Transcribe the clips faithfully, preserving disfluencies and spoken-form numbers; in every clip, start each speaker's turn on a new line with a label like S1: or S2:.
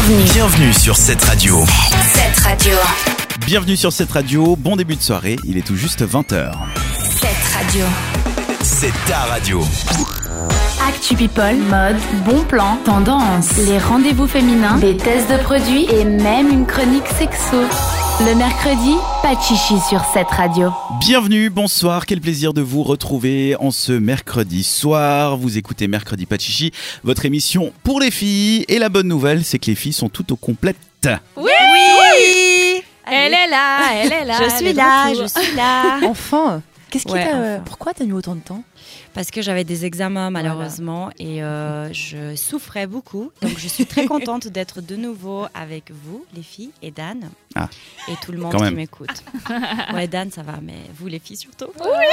S1: Bienvenue.
S2: Bienvenue sur cette radio.
S1: Cette radio.
S3: Bienvenue sur cette radio, bon début de soirée, il est tout juste vingt heures.
S1: Cette radio.
S2: C'est ta radio.
S4: Actu People, mode, bon plan, tendance, les rendez-vous féminins, des tests de produits et même une chronique sexo. Le mercredi, pas de chichi sur cette radio.
S3: Bienvenue, bonsoir, quel plaisir de vous retrouver en ce mercredi soir. Vous écoutez Mercredi Pas de Chichi, votre émission pour les filles. Et la bonne nouvelle, c'est que les filles sont toutes au complète.
S5: Oui, oui. Elle est là, elle est là.
S6: Je suis là, je suis là. Enfin, qu'est-ce qui
S5: Ouais,
S6: t'a...
S5: enfin.
S6: Pourquoi t'as mis autant de temps ?
S5: Parce que j'avais des examens malheureusement et euh, je souffrais beaucoup. Donc je suis très contente d'être de nouveau avec vous, les filles, et Dan.
S3: Ah.
S5: Et tout le monde
S3: Quand
S5: qui
S3: même.
S5: m'écoute. Ouais, Dan, ça va, mais vous, les filles, surtout.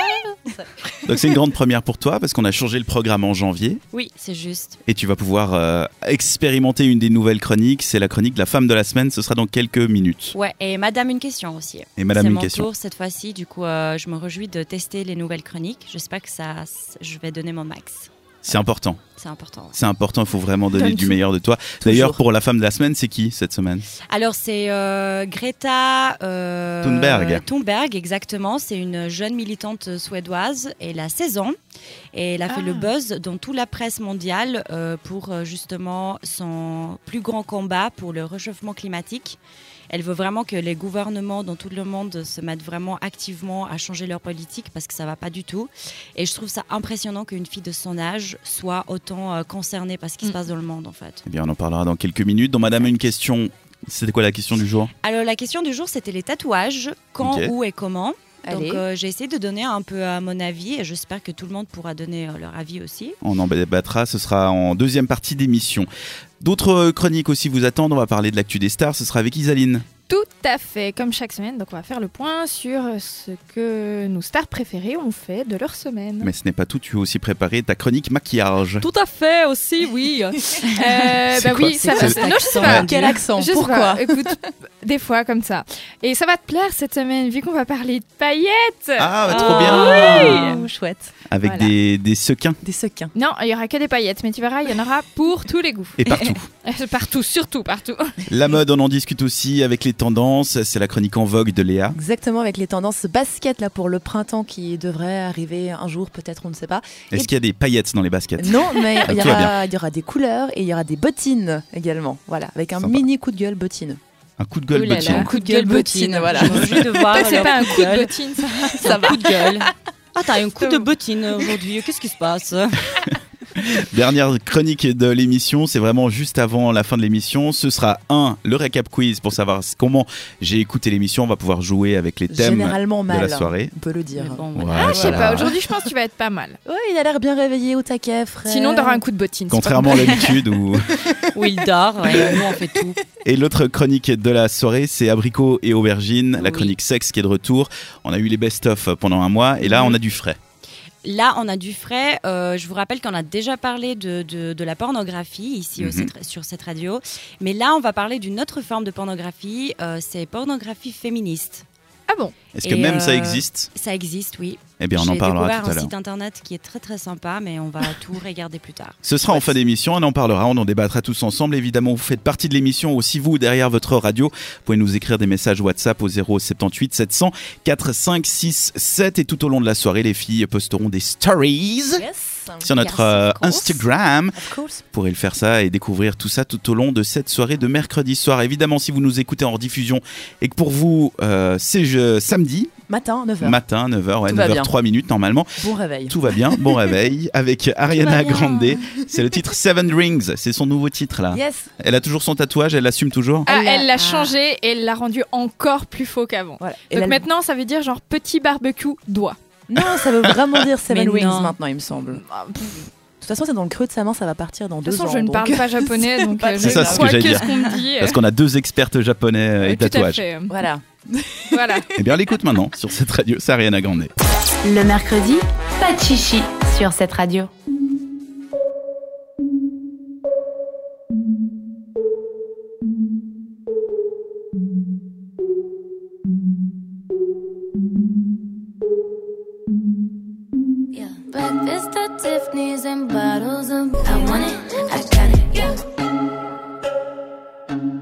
S3: Donc c'est une grande première pour toi parce qu'on a changé le programme en janvier
S5: Oui, c'est juste.
S3: et tu vas pouvoir euh, expérimenter une des nouvelles chroniques. C'est la chronique de la femme de la semaine, ce sera dans quelques minutes.
S5: Ouais, et Madame, une question aussi.
S3: Et Madame,
S5: c'est
S3: une
S5: mon
S3: question.
S5: tour cette fois-ci. Du coup, euh, je me réjouis de tester les nouvelles chroniques. J'espère que ça, je vais donner mon max.
S3: C'est important,
S5: C'est important.
S3: c'est important, il faut vraiment donner
S6: Donne
S3: du
S6: tout.
S3: meilleur de toi. D'ailleurs, pour la femme de la semaine, c'est qui cette semaine ?
S5: Alors c'est euh, Greta euh,
S3: Thunberg.
S5: Thunberg, exactement. C'est une jeune militante suédoise. Elle a seize ans et elle a fait le buzz dans toute la presse mondiale euh, pour euh, justement son plus grand combat pour le réchauffement climatique. Elle veut vraiment que les gouvernements dans tout le monde se mettent vraiment activement à changer leur politique parce que ça va pas du tout. Et je trouve ça impressionnant qu'une fille de son âge soit autant euh, concernée par ce qui se passe dans le monde en fait.
S3: Eh bien, on en parlera dans quelques minutes. Donc, Madame, une question. C'était quoi la question du jour ?
S5: Alors la question du jour c'était les tatouages, quand,
S3: Ok.
S5: où et comment.
S6: Allez.
S5: Donc euh, j'ai essayé de donner un peu à mon avis et j'espère que tout le monde pourra donner euh, leur avis aussi.
S3: On en débattra, ce sera en deuxième partie d'émission. D'autres euh, chroniques aussi vous attendent. On va parler de l'actu des stars. Ce sera avec Isaline.
S7: Tout à fait, comme chaque semaine. Donc on va faire le point sur ce que nos stars préférées ont fait de leur semaine.
S3: Mais ce n'est pas tout. Tu as aussi préparé ta chronique maquillage.
S7: Tout à fait aussi, oui. euh,
S3: C'est
S7: bah
S3: quoi,
S7: oui, ça
S3: c'est-
S7: va.
S3: c'est-
S7: Non, je sais pas.
S3: Ouais.
S6: Quel accent ?
S7: Je sais
S6: Pourquoi
S7: pas. Écoute, des fois comme ça. Et ça va te plaire cette semaine, vu qu'on va parler de paillettes.
S3: Ah, bah,
S5: Oh.
S3: trop bien.
S6: Oh, chouette.
S3: Avec
S7: Voilà.
S3: des, des sequins
S6: Des sequins.
S7: Non, il y aura que des paillettes, mais tu verras, il y en aura pour tous les goûts.
S3: et partout.
S7: Partout, surtout partout.
S3: La mode, on en discute aussi avec les tendances. C'est la chronique en vogue de Léa.
S6: Exactement, avec les tendances basket là pour le printemps qui devrait arriver un jour, peut-être, on ne sait pas.
S3: Est-ce qu'il y a des paillettes dans les baskets ?
S6: Non, mais il y,
S3: Tout va
S6: aura, il y aura des couleurs et il y aura des bottines également. Voilà, avec un
S3: Sympa.
S6: mini coup de gueule bottine.
S3: Un coup de gueule
S7: Ouh là là.
S3: bottine.
S6: Un coup de gueule bottine, voilà.
S5: Je me réjouis de voir
S7: Toi, c'est
S5: leur
S7: pas un
S5: coup
S7: coup de
S5: gueule.
S7: bottine, ça.
S5: Ça va. Coup de gueule. Ah, t'as un coup de bottine aujourd'hui. Qu'est-ce qui se passe ?
S3: Dernière chronique de l'émission, c'est vraiment juste avant la fin de l'émission. Ce sera un, le récap quiz pour savoir comment j'ai écouté l'émission. On va pouvoir jouer avec les thèmes
S6: Généralement
S3: de
S6: mal,
S3: la soirée.
S6: on peut le dire.
S5: Mais bon,
S3: Ouais,
S5: voilà.
S7: Ah, je sais
S3: voilà.
S7: pas, aujourd'hui je pense que tu vas être pas mal.
S6: Ouais, il a l'air bien réveillé au taquet, frère.
S7: Sinon, t'auras un coup de bottine. c'est pas
S3: Contrairement à l'habitude. Où...
S5: Où il dort. Ouais, nous, on fait tout.
S3: Et l'autre chronique de la soirée, c'est abricot et aubergine, la
S5: Oui.
S3: chronique sexe qui est de retour. On a eu les best-of pendant un mois et là,
S5: Mhm.
S3: on a du frais.
S5: Là, on a du frais. Euh, je vous rappelle qu'on a déjà parlé de, de, de la pornographie ici au-
S3: Mhm.
S5: cette- sur cette radio. Mais là, on va parler d'une autre forme de pornographie. Euh, c'est pornographie féministe.
S7: Ah bon?
S3: Est-ce que
S5: Et,
S3: même ça
S5: euh,
S3: existe ?
S5: Ça existe, oui.
S3: Eh bien, on en
S5: J'ai
S3: parlera
S5: découvert
S3: tout à
S5: un
S3: l'heure.
S5: site internet qui est très très sympa, mais on va tout regarder plus tard.
S3: Ce sera en fin d'émission, on en parlera, on en débattra tous ensemble. Évidemment, vous faites partie de l'émission aussi, vous, derrière votre radio. Vous pouvez nous écrire des messages WhatsApp au zéro sept huit sept cents quatre cinq six sept. Et tout au long de la soirée, les filles posteront des stories
S6: Yes.
S3: sur notre
S6: Yes,
S3: euh,
S6: of course.
S3: Instagram.
S6: Of course.
S3: Vous pourrez le faire ça et découvrir tout ça tout au long de cette soirée de mercredi soir. Évidemment, si vous nous écoutez en rediffusion et que pour vous, euh, c'est je- samedi,
S6: Matin, neuf heures.
S3: matin, neuf heures, ouais,
S6: Tout va
S3: neuf heures
S6: bien.
S3: trois minutes normalement.
S6: Bon réveil.
S3: Tout va bien, bon réveil, avec Ariana
S5: bien.
S3: Grande. C'est le titre Seven Rings, c'est son nouveau titre là.
S6: Yes.
S3: Elle a toujours son tatouage, elle l'assume toujours.
S7: Ah,
S6: Elle l'a-
S7: elle l'a
S5: ah.
S7: changé et elle l'a rendu encore plus faux qu'avant.
S6: Voilà. Et
S7: Donc
S6: là,
S7: maintenant, ça veut dire genre petit barbecue doigt.
S6: Non, ça veut vraiment dire Seven
S5: Mais
S6: Rings
S5: non.
S6: maintenant, il me semble.
S7: Ah, pff,
S6: De toute façon, c'est dans le creux de sa main, ça va partir dans
S7: De
S6: deux
S7: toute
S6: ans.
S7: façon, je ne
S6: donc-
S7: parle pas japonais, donc
S6: pas
S7: euh,
S6: très
S7: je
S3: grave. C'est ça, ce que
S7: crois
S3: j'allais
S7: que
S3: dire.
S7: ce qu'on me dit.
S3: Parce qu'on a deux expertes japonais euh, et
S7: Tout à
S3: tatouages.
S7: fait.
S6: Voilà.
S7: Voilà.
S3: Eh bien, on l'écoute maintenant sur cette radio, c'est Ariana Grande.
S4: Le mercredi, pas de chichi sur cette radio.
S8: Yeah. Breakfast at Tiffany's and bottles of I want it, I got it, yeah.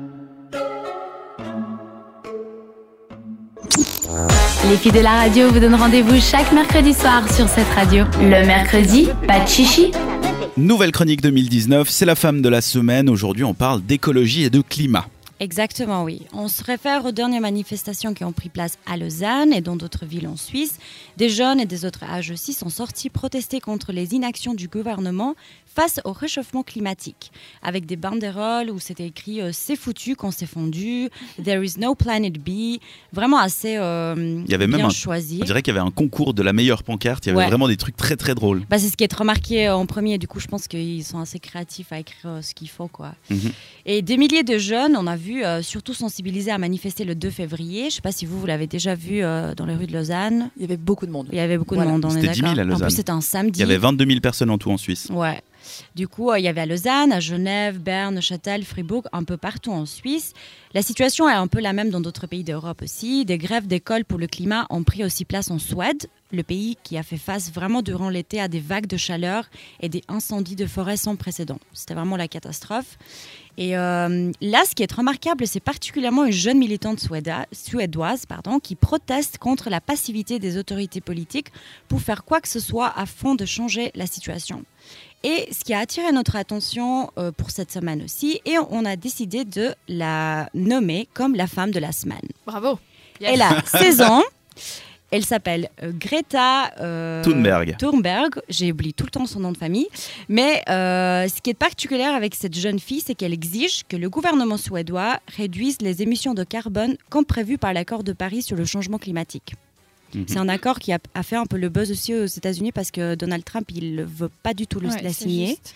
S4: Les filles de la radio vous donnent rendez-vous chaque mercredi soir sur cette radio. Le mercredi, pas de chichi.
S3: Nouvelle chronique deux mille dix-neuf, c'est la femme de la semaine. Aujourd'hui, on parle d'écologie et de climat.
S5: Exactement, oui. On se réfère aux dernières manifestations qui ont pris place à Lausanne et dans d'autres villes en Suisse. Des jeunes et des autres âges aussi sont sortis protester contre les inactions du gouvernement face au réchauffement climatique, avec des banderoles où c'était écrit euh, « C'est foutu qu'on s'est fondu »,« There is no planet B », vraiment assez euh,
S3: il y avait
S5: bien
S3: même un,
S5: choisi.
S3: On dirait qu'il y avait un concours de la meilleure pancarte, il y avait
S5: Ouais.
S3: vraiment des trucs très très drôles.
S5: Bah, c'est ce qui est remarqué en premier, du coup je pense qu'ils sont assez créatifs à écrire euh, ce qu'il faut, quoi.
S3: Mm-hmm.
S5: Et des milliers de jeunes, on a vu, euh, surtout sensibilisés à manifester le deux février. Je ne sais pas si vous, vous l'avez déjà vu euh, dans les rues de Lausanne.
S6: Il y avait beaucoup de monde.
S5: Il y avait beaucoup
S6: Voilà.
S5: de monde, on est
S3: C'était dix mille
S5: d'accord.
S3: à Lausanne.
S5: En plus, c'était un samedi.
S3: Il y avait vingt-deux mille personnes en tout en Suisse.
S5: Ouais. Du coup, euh, il y avait à Lausanne, à Genève, Berne, Neuchâtel, Fribourg, un peu partout en Suisse. La situation est un peu la même dans d'autres pays d'Europe aussi. Des grèves d'école pour le climat ont pris aussi place en Suède, le pays qui a fait face vraiment durant l'été à des vagues de chaleur et des incendies de forêt sans précédent. C'était vraiment la catastrophe. Et euh, là, ce qui est remarquable, c'est particulièrement une jeune militante suéda- suédoise pardon, qui proteste contre la passivité des autorités politiques pour faire quoi que ce soit afin de changer la situation. Et ce qui a attiré notre attention euh, pour cette semaine aussi, et on a décidé de la nommer comme la femme de la semaine.
S7: Bravo.
S5: Elle a seize ans. Elle s'appelle euh, Greta euh,
S3: Thunberg.
S5: Thunberg. J'ai oublié tout le temps son nom de famille. Mais euh, ce qui est particulier avec cette jeune fille, c'est qu'elle exige que le gouvernement suédois réduise les émissions de carbone comme prévu par l'accord de Paris sur le changement climatique.
S3: Mm-hmm.
S5: C'est un accord qui a, a fait un peu le buzz aussi aux États-Unis parce que Donald Trump, il ne veut pas du tout le,
S7: Ouais,
S5: la
S7: c'est
S5: signer.
S7: juste.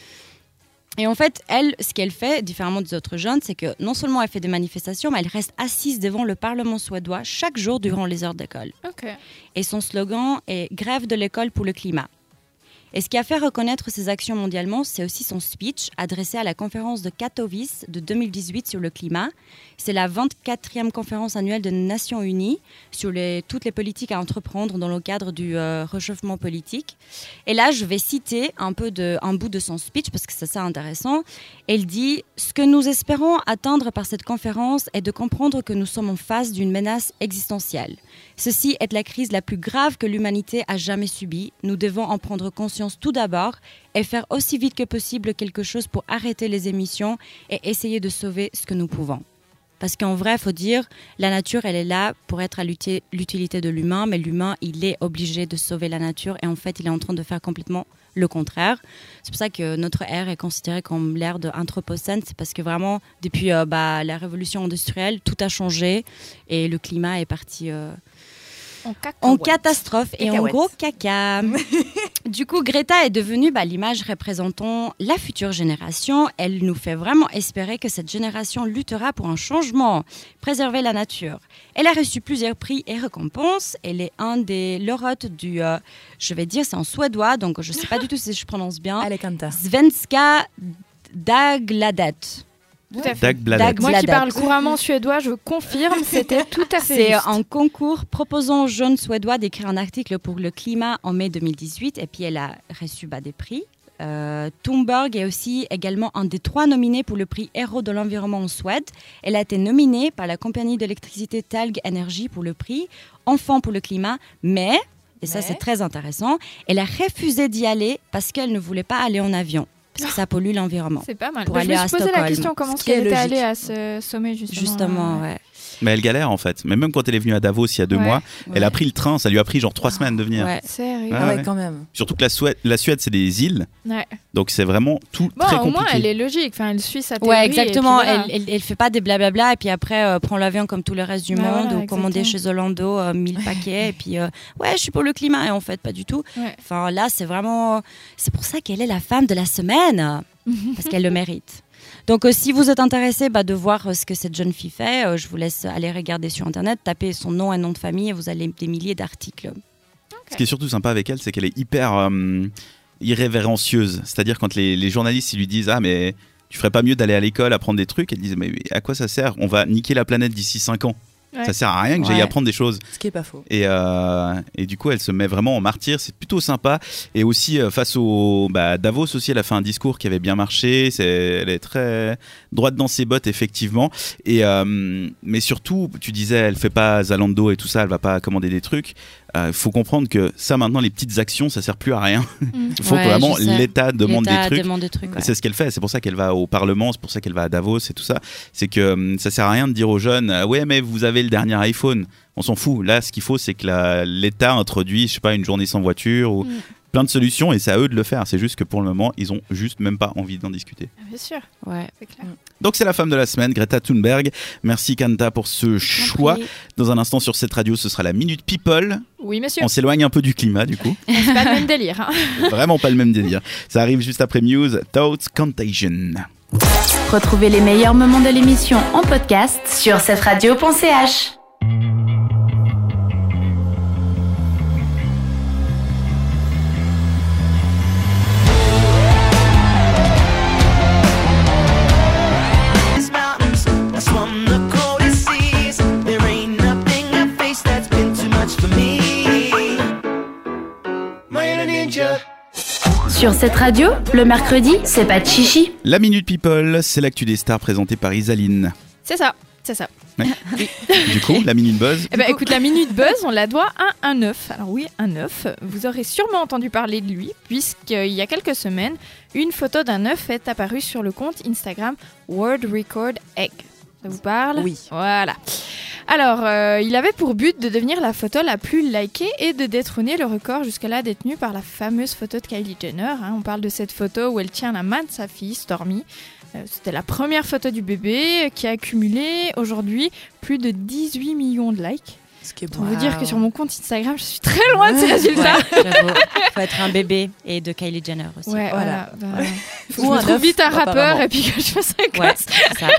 S5: Et en fait, elle, ce qu'elle fait, différemment des autres jeunes, c'est que non seulement elle fait des manifestations, mais elle reste assise devant le Parlement suédois chaque jour durant les heures d'école.
S7: Ok.
S5: Et son slogan est « Grève de l'école pour le climat ». Et ce qui a fait reconnaître ses actions mondialement, c'est aussi son speech adressé à la conférence de Katowice de deux mille dix-huit sur le climat. C'est la vingt-quatrième conférence annuelle des Nations Unies sur les, toutes les politiques à entreprendre dans le cadre du euh, réchauffement politique. Et là, je vais citer un, peu de, un bout de son speech parce que c'est ça intéressant. Elle dit « Ce que nous espérons atteindre par cette conférence est de comprendre que nous sommes en face d'une menace existentielle. Ceci est la crise la plus grave que l'humanité a jamais subie. Nous devons en prendre conscience tout d'abord et faire aussi vite que possible quelque chose pour arrêter les émissions et essayer de sauver ce que nous pouvons. » Parce qu'en vrai, il faut dire, la nature, elle est là pour être à l'utilité de l'humain, mais l'humain, il est obligé de sauver la nature et en fait, il est en train de faire complètement le contraire. C'est pour ça que notre ère est considérée comme l'ère de l'anthropocène. C'est parce que vraiment, depuis euh, bah, la révolution industrielle, tout a changé et le climat est parti... Euh,
S7: En,
S5: en catastrophe et en
S6: Cacahuètes.
S5: gros caca. Du coup, Greta est devenue bah, l'image représentant la future génération. Elle nous fait vraiment espérer que cette génération luttera pour un changement, préserver la nature. Elle a reçu plusieurs prix et récompenses. Elle est un des lauréats du, euh, je vais dire, c'est en suédois, donc je ne sais pas du tout si je prononce bien.
S6: Allez, canta.
S5: Svenska Dagbladet.
S7: Tout à fait.
S3: Dagbladet.
S5: Dag-
S7: Moi qui
S5: Bladet.
S7: parle couramment suédois, je confirme, c'était tout à fait
S5: C'est
S7: juste.
S5: un concours proposant aux jeunes Suédois d'écrire un article pour le climat en mai deux mille dix-huit et puis elle a reçu bah, des prix. Euh, Thunberg est aussi également un des trois nominés pour le prix Héros de l'environnement en Suède. Elle a été nominée par la compagnie d'électricité Talg Energy pour le prix Enfant pour le climat, mais, et ça
S6: Mais
S5: c'est très intéressant, elle a refusé d'y aller parce qu'elle ne voulait pas aller en avion, parce que ça pollue l'environnement.
S7: C'est pas mal.
S5: Pour
S7: Bah, je me
S5: aller à
S7: suis posé la
S5: Stockholm.
S7: question comment
S6: Ce qui est
S7: elle était
S6: logique.
S7: allée à ce sommet justement.
S5: Justement,
S7: Euh,
S5: ouais.
S3: Mais elle galère en fait. Mais même quand elle est venue à Davos il y a deux
S7: Ouais.
S3: mois, elle
S5: Ouais.
S3: a pris le train, ça lui a pris genre trois semaines de venir.
S5: Ouais.
S7: Sérieux.
S3: Ouais,
S6: Ah ouais,
S3: ouais.
S6: quand même.
S3: Surtout que la Suède, la Suède c'est des îles,
S7: Ouais.
S3: donc c'est vraiment tout
S7: Bon,
S3: très
S7: au
S3: compliqué.
S7: moins elle est logique. Enfin, elle suit sa théorie.
S5: Ouais,
S7: et puis
S5: exactement.
S7: voilà.
S5: Elle, elle, elle fait pas des blablabla et puis après euh, prend l'avion comme tout le reste du
S7: Ouais,
S5: monde
S7: voilà,
S5: ou commander
S7: exactement.
S5: chez Zalando euh, mille paquets et puis euh, ouais, je suis pour le climat et en fait pas du tout.
S7: Ouais.
S5: Enfin là, c'est vraiment, c'est pour ça qu'elle est la femme de la semaine parce qu'elle le mérite. Donc euh, si vous êtes intéressé bah, de voir euh, ce que cette jeune fille fait, euh, je vous laisse aller regarder sur internet, taper son nom et nom de famille et vous allez des milliers d'articles.
S3: Ce qui est surtout sympa avec elle, c'est qu'elle est hyper euh, irrévérencieuse. C'est-à-dire quand les, les journalistes ils lui disent ah mais tu ferais pas mieux d'aller à l'école apprendre des trucs, elle disait mais à quoi ça sert ? On va niquer la planète d'ici cinq ans.
S7: Ouais.
S3: Ça sert à rien que j'aille
S6: Ouais.
S3: apprendre des choses.
S6: Ce qui est pas faux.
S3: Et, euh, et du coup, elle se met vraiment en martyr. C'est plutôt sympa. Et aussi, euh, face au bah, Davos aussi, elle a fait un discours qui avait bien marché. C'est, elle est très droite dans ses bottes, effectivement. Et, euh, mais surtout, tu disais, elle fait pas Zalando et tout ça. Elle va pas commander des trucs. Il euh, faut comprendre que ça, maintenant, les petites actions, ça sert plus à rien. Il faut
S5: Ouais,
S3: que vraiment
S5: je sais.
S3: l'État demande
S5: L'État
S3: des trucs.
S5: demande des trucs, ouais.
S3: C'est ce qu'elle fait, c'est pour ça qu'elle va au Parlement, c'est pour ça qu'elle va à Davos et tout ça. C'est que hum, ça sert à rien de dire aux jeunes euh, ouais, mais vous avez le dernier iPhone. On s'en fout. Là, ce qu'il faut, c'est que la- l'État introduit, je sais pas, une journée sans voiture ou
S7: Mm.
S3: plein de solutions et c'est à eux de le faire. C'est juste que pour le moment, ils ont juste même pas envie d'en discuter.
S7: Ah, bien sûr,
S5: Ouais.
S7: c'est clair.
S3: Donc, c'est la femme de la semaine, Greta Thunberg. Merci, Kanta, pour ce choix. Dans un instant, sur cette radio, ce sera la Minute People.
S7: Oui, monsieur.
S3: On s'éloigne un peu du climat, du coup.
S7: C'est pas le même délire. Hein.
S3: Vraiment pas le même délire. Ça arrive juste après Muse, Thoughts Contagion.
S4: Retrouvez les meilleurs moments de l'émission en podcast sur cette radio point c h.
S9: These mountains, I swum the coldest seas. There ain't nothing I face that's been too much for me. My inner ninja.
S4: Sur cette radio, le mercredi, c'est pas de chichi.
S3: La Minute People, c'est l'actu des stars présentée par Isaline.
S7: C'est ça, c'est ça.
S3: Du coup, la Minute Buzz.
S7: Eh ben, écoute, la Minute Buzz, on la doit à un œuf. Alors oui, un œuf. Vous aurez sûrement entendu parler de lui, puisqu'il y a quelques semaines, une photo d'un œuf est apparue sur le compte Instagram World Record Egg. Ça vous parle ?
S6: Oui.
S7: Voilà. Alors, euh, il avait pour but de devenir la photo la plus likée et de détrôner le record jusque-là détenu par la fameuse photo de Kylie Jenner. Hein. On parle de cette photo où elle tient la main de sa fille, Stormy. Euh, C'était la première photo du bébé qui a accumulé aujourd'hui plus de dix-huit millions de likes.
S6: Ce qui est
S7: Pour
S6: bon.
S7: vous dire que sur mon compte Instagram, je suis très loin de ces résultats.
S5: Ouais, j'avoue. Faut être un bébé et de Kylie Jenner aussi.
S7: Ouais,
S6: Voilà.
S7: voilà. Bah, faut que
S6: Ou
S7: je me
S6: un
S7: trouve
S6: œuf,
S7: vite un rappeur
S6: apparemment.
S7: et puis que je fasse un
S5: Ouais,
S7: gosse.
S5: c'est ça.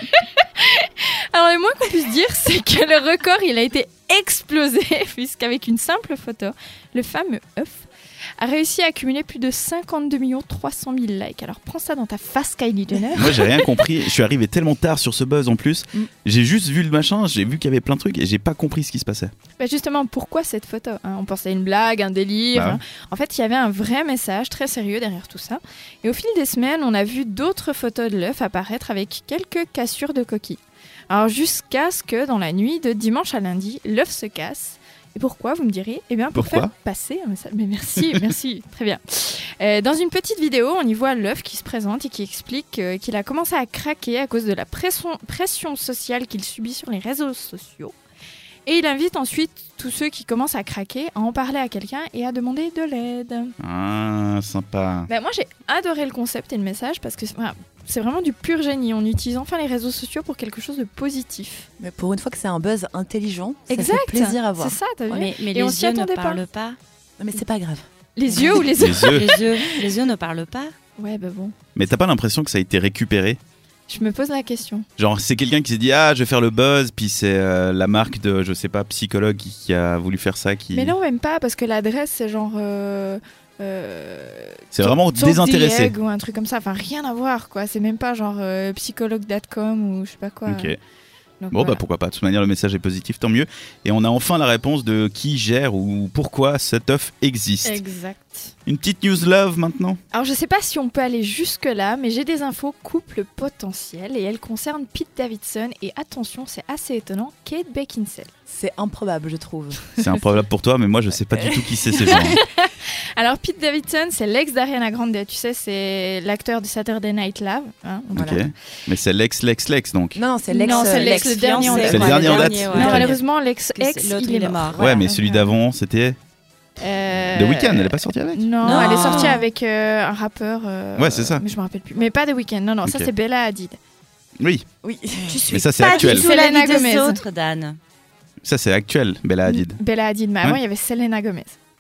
S7: Alors le moins qu'on puisse dire, c'est que le record, il a été explosé, puisqu'avec une simple photo, le fameux œuf a réussi à accumuler plus de cinquante-deux millions trois cent mille likes. Alors prends ça dans ta face, Kylie Jenner.
S3: Moi, j'ai rien compris. Je suis arrivé tellement tard sur ce buzz en plus.
S7: Mm.
S3: J'ai juste vu le machin, j'ai vu qu'il y avait plein de trucs et j'ai pas compris ce qui se passait.
S7: Bah justement, pourquoi cette photo hein? On pensait à une blague, un délire.
S3: Bah ouais.
S7: hein. En fait, il y avait un vrai message très sérieux derrière tout ça. Et au fil des semaines, on a vu d'autres photos de l'œuf apparaître avec quelques cassures de coquilles. Alors jusqu'à ce que, dans la nuit de dimanche à lundi, l'œuf se casse. Et pourquoi, vous me direz ? Eh bien, pour
S3: Pourquoi
S7: faire passer un message. Mais merci, merci, très bien. Euh, dans une petite vidéo, on y voit l'œuf qui se présente et qui explique euh, qu'il a commencé à craquer à cause de la pression, pression sociale qu'il subit sur les réseaux sociaux. Et il invite ensuite tous ceux qui commencent à craquer à en parler à quelqu'un et à demander de l'aide.
S3: Ah, sympa.
S7: Ben, moi, j'ai adoré le concept et le message parce que voilà, c'est vraiment du pur génie. On utilise enfin les réseaux sociaux pour quelque chose de positif.
S6: Mais pour une fois que c'est un buzz intelligent,
S7: Exact.
S6: ça fait plaisir à voir.
S7: C'est ça, t'as vu ?
S5: Mais, mais
S7: Et on
S5: les
S7: s'y
S5: yeux ne
S7: attendait pas.
S5: parlent pas.
S6: Non, mais c'est pas grave.
S7: Les yeux ou les yeux
S3: Les œufs.
S5: Les yeux, les yeux ne parlent pas.
S7: Ouais, bah bon.
S3: Mais t'as pas l'impression que ça a été récupéré ?
S7: Je me pose la question.
S3: Genre, c'est quelqu'un qui s'est dit ah, je vais faire le buzz, puis c'est euh, la marque de, je sais pas, psychologue qui, qui a voulu faire ça. Qui...
S7: Mais non, même pas, parce que l'adresse, c'est genre. Euh, euh,
S3: C'est vraiment
S7: Talk the
S3: désintéressé.
S7: Egg ou un truc comme ça. Enfin, rien à voir, quoi. C'est même pas genre euh, psychologue point com ou je sais pas quoi.
S3: Ok.
S7: Donc,
S3: Bon,
S7: voilà.
S3: bah pourquoi pas. De toute manière, le message est positif, tant mieux. Et on a enfin la réponse de qui gère ou pourquoi cet œuf existe.
S7: Exact.
S3: Une petite news love maintenant.
S7: Alors, je sais pas si on peut aller jusque-là, mais j'ai des infos couple potentiel et elles concernent Pete Davidson et attention, c'est assez étonnant, Kate Beckinsale.
S6: C'est improbable, je trouve.
S3: C'est improbable pour toi, mais moi je sais pas du tout qui c'est ces gens.
S7: Alors, Pete Davidson, c'est l'ex d'Ariana Grande, tu sais, c'est l'acteur du Saturday Night Live. Hein, on
S3: Ok.
S7: voilà.
S3: Mais c'est l'ex, l'ex, l'ex donc.
S6: Non, non, c'est l'ex.
S7: Non, c'est l'ex, le dernier en date.
S3: C'est le
S7: Ouais,
S3: dernier en date.
S5: ouais.
S7: Non,
S3: Ok.
S7: malheureusement, l'ex-ex,
S5: Parce que l'autre,
S7: il est mort.
S3: Ouais,
S7: Voilà.
S3: mais celui d'avant, c'était
S7: Euh,
S3: The Weeknd, elle est pas sortie avec
S7: Non,
S5: Non.
S7: elle est sortie avec euh, un rappeur. euh,
S3: Ouais, c'est ça.
S7: Mais je me rappelle plus. Mais pas The Weeknd, non, non, ça
S3: Ok.
S7: c'est Bella Hadid.
S3: Oui,
S6: Oui.
S5: Tu suis
S3: mais ça c'est
S5: pas
S3: actuel.
S5: du tout la
S7: Selena
S5: vie des
S7: Gomez.
S5: autres, Dan.
S3: Ça c'est actuel, Bella Hadid.
S7: Bella Hadid, mais avant
S3: Ouais.
S7: il y avait Selena Gomez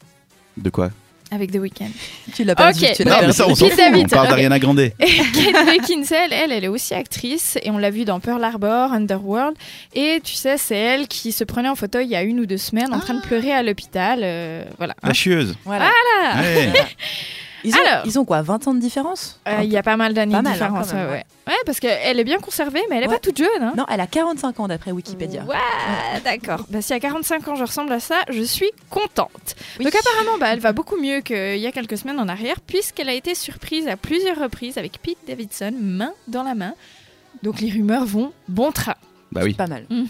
S3: De quoi
S7: avec The Weeknd.
S6: Tu l'as perdu.
S7: Ok.
S6: Tu
S3: Non,
S6: l'as
S3: mais
S6: perdu.
S3: ça on s'en
S7: Pete
S3: fout, on
S7: Davidson,
S3: parle
S7: ok.
S3: d'Ariana Grande.
S7: Et Kate Beckinsale, elle, elle est aussi actrice et on l'a vue dans Pearl Harbor, Underworld. Et tu sais, c'est elle qui se prenait en photo il y a une ou deux semaines en train de pleurer à l'hôpital. euh, voilà. hein.
S3: La chieuse.
S6: Voilà.
S3: Ouais.
S6: Ils ont,
S7: Alors.
S6: ils ont quoi, vingt ans de différence?
S7: Euh, Il y a pas mal d'années
S6: Pas
S7: de
S6: mal, hein,
S7: différence.
S6: quand même,
S7: ouais,
S6: ouais.
S7: ouais. Ouais, parce qu'elle est bien conservée, mais elle est
S6: Ouais.
S7: pas toute jeune. Hein.
S6: Non, elle a quarante-cinq ans d'après Wikipédia.
S7: Ouais, d'accord. Bah, si à quarante-cinq ans je ressemble à ça, je suis contente.
S6: Oui.
S7: Donc apparemment, bah, elle va beaucoup mieux qu'il y a quelques semaines en arrière, puisqu'elle a été surprise à plusieurs reprises avec Pete Davidson, main dans la main. Donc les rumeurs vont bon train.
S3: Bah oui.
S6: Pas mal.
S7: Mhm.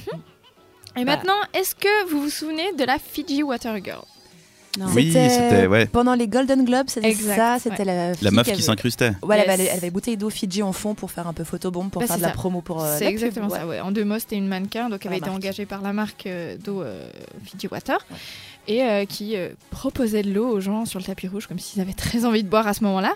S7: Et
S6: Bah.
S7: maintenant, est-ce que vous vous souvenez de la Fiji Water Girl?
S5: Non.
S3: Oui, c'était, ouais.
S6: Pendant les Golden Globes, c'était
S7: Exact,
S6: ça. C'était la,
S3: La
S6: fille
S3: meuf qui
S6: avait-
S3: s'incrustait.
S6: Ouais, elle avait,
S7: Yes.
S6: elle avait bouteille d'eau Fidji en fond pour faire un peu photobombe, pour
S7: Bah,
S6: faire de
S7: c'est
S6: la
S7: ça.
S6: promo pour. euh,
S7: C'est
S6: la
S7: exactement
S6: pub,
S7: ça,
S6: ouais.
S7: ouais. En deux mots, c'était une mannequin, donc elle avait
S6: La
S7: été
S6: marque.
S7: engagée par la marque euh, d'eau euh, Fiji Water et euh, qui euh, proposait de l'eau aux gens sur le tapis rouge, comme s'ils avaient très envie de boire à ce moment-là.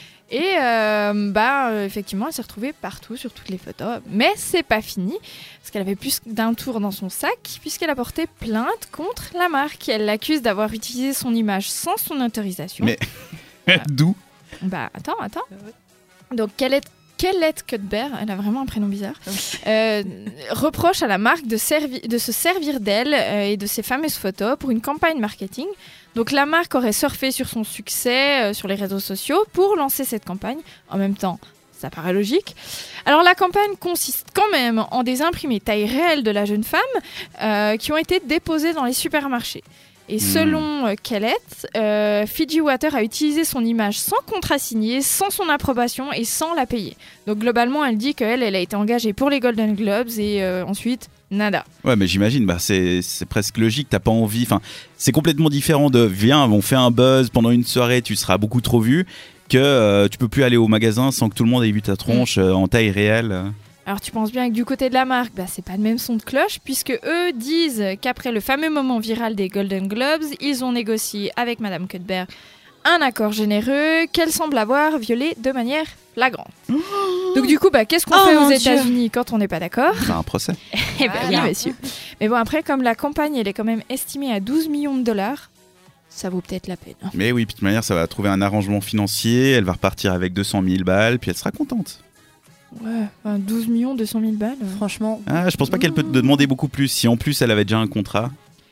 S7: Et euh, bah, euh, effectivement, elle s'est retrouvée partout sur toutes les photos. Mais c'est pas fini, parce qu'elle avait plus d'un tour dans son sac, puisqu'elle a porté plainte contre la marque. Elle l'accuse d'avoir utilisé son image sans son autorisation.
S3: Mais d'où?
S7: Bah, attends, attends. Donc, Kellett Kellett Cuthbert, elle a vraiment un prénom bizarre, euh, reproche à la marque de, servi- de se servir d'elle euh, et de ses fameuses photos pour une campagne marketing. Donc la marque aurait surfé sur son succès euh, sur les réseaux sociaux pour lancer cette campagne. En même temps, ça paraît logique. Alors la campagne consiste quand même en des imprimés taille réelle de la jeune femme euh, qui ont été déposés dans les supermarchés. Et selon euh, Kellett, euh, Fiji Water a utilisé son image sans contrat signé, sans son approbation et sans la payer. Donc globalement, elle dit qu'elle, elle a été engagée pour les Golden Globes et euh, ensuite, nada.
S3: Ouais, mais j'imagine, bah, c'est, c'est presque logique, t'as pas envie. Enfin, c'est complètement différent de viens, on fait un buzz pendant une soirée, tu seras beaucoup trop vu, que euh, tu peux plus aller au magasin sans que tout le monde ait vu ta tronche euh, en taille réelle.
S7: Alors tu penses bien que du côté de la marque, bah, c'est pas le même son de cloche, puisque eux disent qu'après le fameux moment viral des Golden Globes, ils ont négocié avec Madame Cuthbert un accord généreux qu'elle semble avoir violé de manière flagrante. Donc du coup, bah, qu'est-ce qu'on
S5: Oh,
S7: fait aux
S5: mon Dieu.
S7: États-Unis quand on n'est pas d'accord?
S3: Enfin, un procès.
S7: Eh ben oui,
S5: Voilà.
S7: monsieur. Mais bon, après, comme la campagne, elle est quand même estimée à douze millions de dollars, ça vaut peut-être la peine. hein.
S3: Mais oui, puis de toute manière, ça va trouver un arrangement financier, elle va repartir avec deux cent mille balles, puis elle sera contente.
S7: Ouais, enfin, douze millions, deux cent mille balles. euh.
S6: Franchement,
S3: Ah, je pense pas qu'elle peut te demander beaucoup plus. Si en plus elle avait déjà un contrat.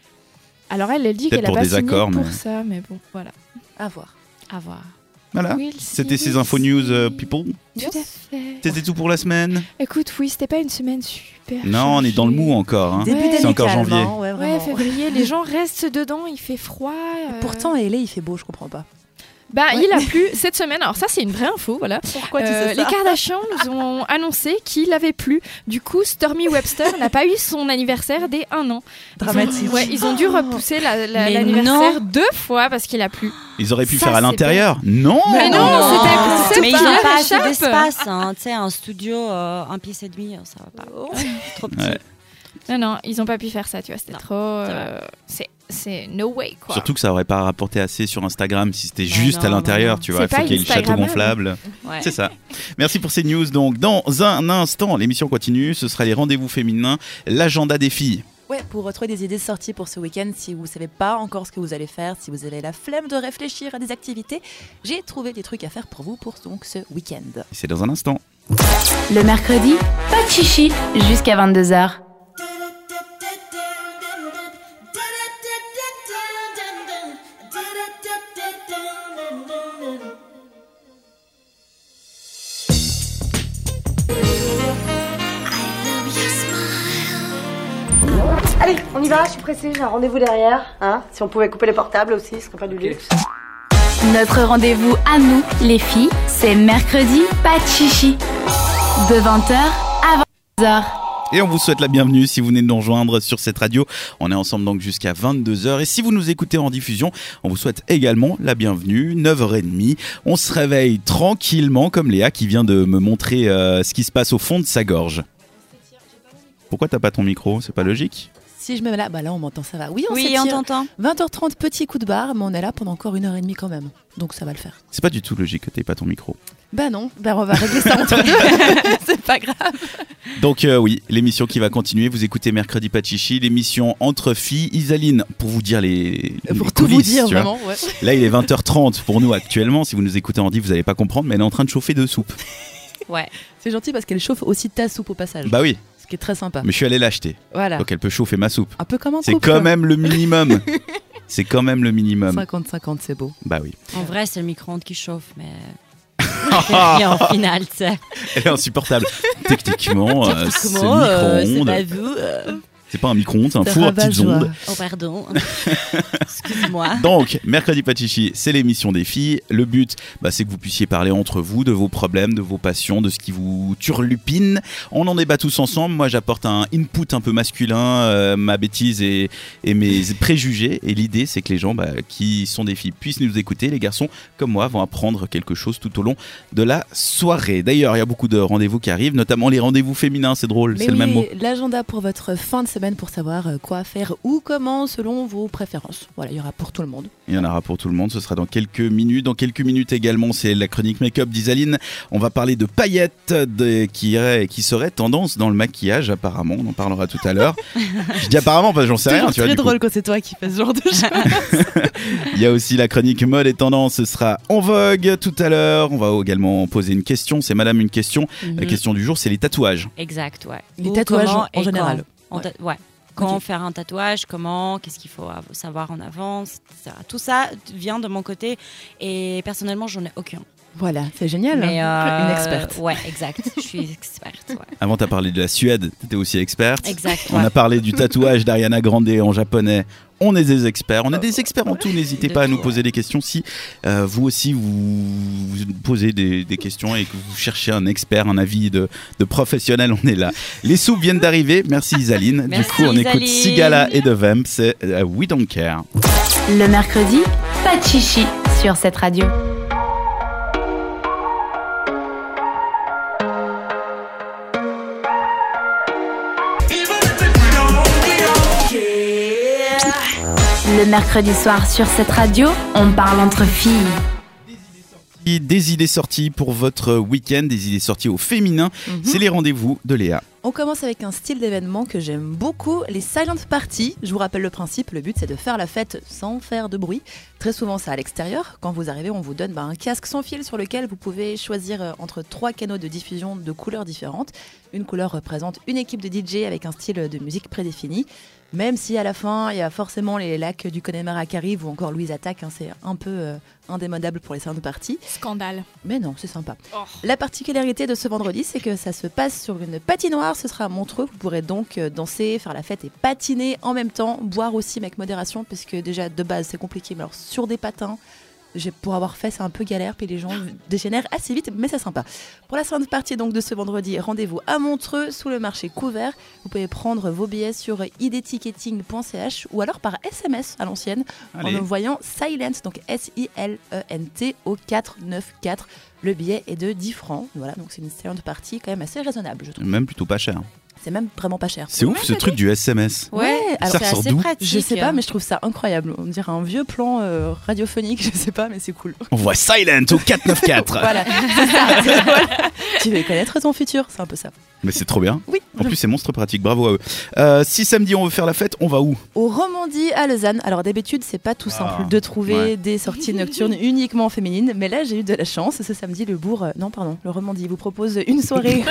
S7: Alors elle, elle dit
S3: Peut-être
S7: qu'elle a
S3: pour
S7: pas
S3: des
S7: signé
S3: accords,
S7: pour
S3: mais-
S7: ça, mais bon, voilà.
S6: à voir.
S5: À voir.
S3: Voilà.
S7: We'll
S3: C'était
S7: see,
S3: ces
S7: we'll
S3: infos news,
S7: see.
S3: euh, people.
S7: Tout à fait.
S3: C'était tout pour la semaine.
S7: Écoute, oui, c'était pas une semaine super.
S3: Non, on est dans le mou encore. Hein.
S6: Début
S7: Ouais.
S6: d'année
S3: C'est encore
S6: calme,
S3: janvier.
S6: hein, ouais,
S7: Ouais,
S6: vraiment.
S7: février, les gens restent dedans, il fait froid. euh.
S6: Pourtant, L A, il fait beau, je comprends pas.
S7: bah,
S6: ouais.
S7: il a plu cette semaine. Alors ça, c'est une vraie info, voilà.
S6: Pourquoi
S7: Euh, les Kardashians nous ont annoncé qu'il avait plu. Du coup, Stormy Webster n'a pas eu son anniversaire dès un an. Ils ont-
S6: Dramatique.
S7: Ouais, ils ont dû repousser la- la-
S5: Mais
S7: l'anniversaire deux fois parce qu'il a plu.
S3: Ils auraient pu
S7: Ça,
S3: faire à
S7: c'est
S3: l'intérieur. Non.
S7: Mais non, c'était-
S5: Mais
S7: pas
S5: ils n'ont
S7: la
S5: pas assez
S7: chape.
S5: d'espace. Hein. Tu sais, un studio, euh, un pièce et demi, ça va pas. C'est trop petit.
S3: Ouais.
S7: Non, non, ils n'ont pas pu faire ça, tu vois. C'était
S5: Non,
S7: trop. euh, C'est c'est no way, quoi.
S3: Surtout que ça aurait pas rapporté assez sur Instagram si c'était
S5: Bah
S3: juste
S5: non,
S3: à l'intérieur,
S5: bah
S3: tu
S7: non.
S3: vois. Il
S7: C'est
S3: faut
S7: pas
S3: qu'il y ait le château
S7: Instagrammable.
S3: gonflable.
S5: Ouais.
S3: C'est ça. Merci pour ces news. Donc, dans un instant, l'émission continue. Ce sera les rendez-vous féminins, l'agenda des filles.
S6: Ouais, pour retrouver des idées de sortie pour ce week-end, si vous savez pas encore ce que vous allez faire, si vous avez la flemme de réfléchir à des activités, j'ai trouvé des trucs à faire pour vous pour donc ce week-end.
S3: Et c'est dans un instant.
S4: Le mercredi, pas de chichi jusqu'à vingt-deux heures.
S10: Allez, on y va, je suis pressée, j'ai un rendez-vous derrière. Hein, si on pouvait couper les portables aussi, ce serait pas du luxe.
S4: Notre rendez-vous à nous, les filles, c'est mercredi, pas de chichi. De vingt heures à vingt-deux heures.
S3: Et on vous souhaite la bienvenue si vous venez de nous rejoindre sur cette radio. On est ensemble donc jusqu'à vingt-deux heures. Et si vous nous écoutez en diffusion, on vous souhaite également la bienvenue. neuf heures trente. On se réveille tranquillement comme Léa qui vient de me montrer euh, ce qui se passe au fond de sa gorge. Pourquoi t'as pas ton micro? C'est pas logique?
S6: Si je me mets là, bah là on m'entend, ça va. Oui, on
S5: Oui,
S6: s'étire.
S5: on t'entend.
S6: vingt heures trente, petit coup de barre, mais on est là pendant encore une heure et demie quand même. Donc ça va le faire.
S3: C'est pas du tout logique que t'aies pas ton micro.
S6: Bah non, bah on va régler ça entre deux. C'est pas grave.
S3: Donc euh, oui, l'émission qui va continuer. Vous écoutez Mercredi Pas de Chichi, l'émission entre filles. Isaline, pour vous dire les, les
S6: Pour tout
S3: coulisses,
S6: vous dire,
S3: tu vois.
S6: vraiment. Ouais.
S3: Là, il est vingt heures trente pour nous actuellement. Si vous nous écoutez en dit, vous n'allez pas comprendre, mais elle est en train de chauffer de soupe.
S5: Ouais.
S6: C'est gentil parce qu'elle chauffe aussi ta soupe au passage.
S3: Bah oui,
S6: Ce qui est très sympa.
S3: mais je suis allé l'acheter.
S6: Voilà.
S3: Donc elle peut chauffer ma soupe.
S6: Un peu comme un
S3: C'est
S6: couple.
S3: quand même le minimum. C'est quand même le minimum.
S6: cinquante cinquante, c'est beau.
S3: Bah oui.
S5: En vrai, c'est le micro-ondes qui chauffe, mais. C'est rien au final, tu sais.
S3: Elle est insupportable. Techniquement, euh, c'est
S5: Techniquement, euh, c'est
S3: micro-ondes.
S5: pas vous. euh.
S3: C'est pas un micro-ondes, c'est un
S6: C'est
S3: four à petites
S6: rabat-joie.
S3: ondes.
S5: Oh, pardon. Excuse-moi.
S3: Donc, Mercredi Pas de Chichi, c'est l'émission des filles. Le but, bah, c'est que vous puissiez parler entre vous de vos problèmes, de vos passions, de ce qui vous turlupine. On en débat tous ensemble. Moi, j'apporte un input un peu masculin, euh, ma bêtise et, et mes préjugés. Et l'idée, c'est que les gens bah, qui sont des filles puissent nous écouter. Les garçons, comme moi, vont apprendre quelque chose tout au long de la soirée. D'ailleurs, il y a beaucoup de rendez-vous qui arrivent, notamment les rendez-vous féminins. C'est drôle,
S6: Mais
S3: c'est
S6: oui,
S3: le même mot.
S6: l'agenda pour votre fin de semaine pour savoir euh, quoi faire ou comment selon vos préférences. Voilà, il y aura pour tout le monde.
S3: Il y en aura pour tout le monde, ce sera dans quelques minutes. Dans quelques minutes également, c'est la chronique make-up d'Isaline. On va parler de paillettes de, qui, irait, qui serait tendance dans le maquillage apparemment. On en parlera tout à l'heure. Je dis apparemment parce que j'en sais rien. Tu vois,
S6: très
S3: du coup.
S6: drôle quand c'est toi qui fais ce genre de choses.
S3: Il y a aussi la chronique mode et tendance, ce sera en vogue tout à l'heure. On va également poser une question, c'est madame une question.
S5: Mhm.
S3: La question du jour, c'est les tatouages.
S5: Exact, ouais.
S6: Les
S5: Ou
S6: tatouages
S5: comment
S6: en
S5: et
S6: général.
S5: quand. En
S6: Ouais.
S5: ta- ouais. Comment
S6: Ok.
S5: faire un tatouage, comment, qu'est-ce qu'il faut av- savoir en avance, et cetera. Tout ça vient de mon côté et personnellement, j'en ai aucun.
S6: Voilà, c'est génial.
S5: Mais, euh,
S6: Une experte.
S5: Ouais, exact. Je suis experte. Ouais.
S3: Avant, tu as parlé de la Suède, tu étais aussi experte.
S5: Exact.
S3: On
S5: ouais.
S3: a parlé du tatouage d'Ariana Grande en japonais. On est des experts. On est des experts en tout. N'hésitez
S5: De
S3: pas à
S5: tout,
S3: nous poser des questions. Si euh, vous aussi vous, vous posez des, des questions et que vous cherchez un expert, un avis de, de professionnel, on est là. Les soupes viennent d'arriver. Merci Isaline.
S5: Merci,
S3: du coup, on écoute
S5: Isaline.
S3: Sigala et The Vamp. C'est euh, We Don't Care.
S4: Le mercredi, pas de chichi sur cette radio. Le mercredi soir sur cette radio, on parle entre filles.
S3: Des idées sorties pour votre week-end, des idées sorties au féminin.
S6: Mhm.
S3: C'est les rendez-vous de Léa.
S6: On commence avec un style d'événement que j'aime beaucoup, les silent parties. Je vous rappelle le principe, le but c'est de faire la fête sans faire de bruit. Très souvent c'est à l'extérieur. Quand vous arrivez, on vous donne bah, un casque sans fil sur lequel vous pouvez choisir euh, entre trois canaux de diffusion de couleurs différentes. Une couleur représente une équipe de D J avec un style de musique prédéfini. Même si à la fin, il y a forcément les lacs du Connemara qui arrivent ou encore Louise Attaque, hein, c'est un peu euh, indémodable pour les silent parties.
S7: Scandale.
S6: Mais non, c'est sympa.
S7: Oh.
S6: La particularité de ce vendredi, c'est que ça se passe sur une patinoire. Ce sera à Montreux. Vous pourrez donc euh, danser, faire la fête et patiner en même temps. Boire aussi, mais avec modération, parce que déjà de base c'est compliqué. Mais alors sur des patins, j'ai- pour avoir fait, c'est un peu galère. Puis les gens dégénèrent assez vite, mais c'est sympa. Pour la seconde partie donc de ce vendredi, rendez-vous à Montreux sous le marché couvert. Vous pouvez prendre vos billets sur idticketing point c h ou alors par S M S à l'ancienne
S3: Allez.
S6: en envoyant Silent, donc S I L E N T au quatre neuf quatre. Le billet est de dix francs. Voilà, donc c'est une silent partie quand même assez raisonnable, je trouve.
S3: Même plutôt pas cher.
S6: C'est même vraiment pas cher.
S3: C'est ouf ce truc du S M S.
S6: Ouais, alors
S3: Ça
S5: c'est
S3: ressort
S5: assez
S3: d'où
S5: pratique.
S6: je sais pas, mais je trouve ça incroyable. On dirait un vieux plan euh, radiophonique, je sais pas, mais c'est cool.
S3: On voit Silent au quatre neuf quatre.
S6: Voilà, c'est ça. c'est- voilà. Tu veux connaître ton futur, c'est un peu ça.
S3: Mais c'est trop bien.
S6: Oui.
S3: En plus, c'est monstre pratique. Bravo à eux. Euh, si samedi on veut faire la fête, on va où?
S6: Au Romandie à Lausanne. Alors d'habitude, c'est pas tout simple
S3: Ah,
S6: de trouver
S3: ouais.
S6: des sorties nocturnes uniquement féminines, mais là j'ai eu de la chance. Ce samedi, le bourg, euh, non pardon, le Romandie vous propose une soirée.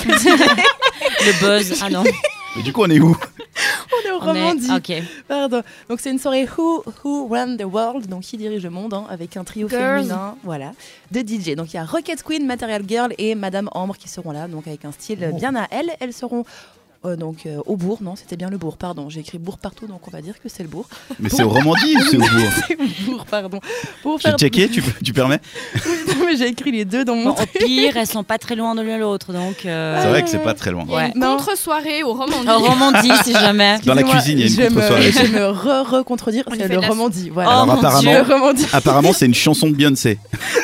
S5: Le buzz. Ah non.
S3: Mais du coup, on est où?
S6: On est au
S5: On est-
S6: Romandie.
S5: Ok.
S6: Pardon. Donc c'est une soirée Who Who Run the World, donc qui dirige le monde, hein, avec un trio
S7: Girls.
S6: féminin, voilà, de D J. Donc il y a Rocket Queen, Material Girl et Madame Ambre qui seront là, donc avec un style
S3: Oh.
S6: bien à elles. Elles seront euh, donc euh, au bourg, non, c'était bien le bourg, pardon. J'ai écrit bourg partout, donc on va dire que c'est le bourg.
S3: Mais c'est au Romandie ou c'est au bourg?
S6: C'est au bourg, pardon. Pour
S3: J'ai
S6: faire...
S3: checké, tu, tu permets?
S6: Mais j'ai écrit les deux dans mon
S5: Bon, au
S6: truc.
S5: pire, elles sont pas très loin de l'une l'autre, donc. euh,
S3: C'est vrai que c'est pas très loin.
S7: Il y a
S5: Ouais.
S7: une
S6: Non.
S7: contre-soirée au Romandie.
S5: En Romandie, si jamais.
S3: Dans la
S6: Excusez-moi,
S3: cuisine, il y a une
S6: je vais me-
S3: contre-soirée.
S6: Je vais me re- recontredire,
S7: On lui
S6: c'est
S7: fait
S6: le
S7: de la
S6: Romandie. Voilà.
S5: Oh,
S3: Alors
S5: mon
S3: apparemment,
S5: Dieu.
S6: Le Romandie.
S3: apparemment, c'est une chanson de Beyoncé.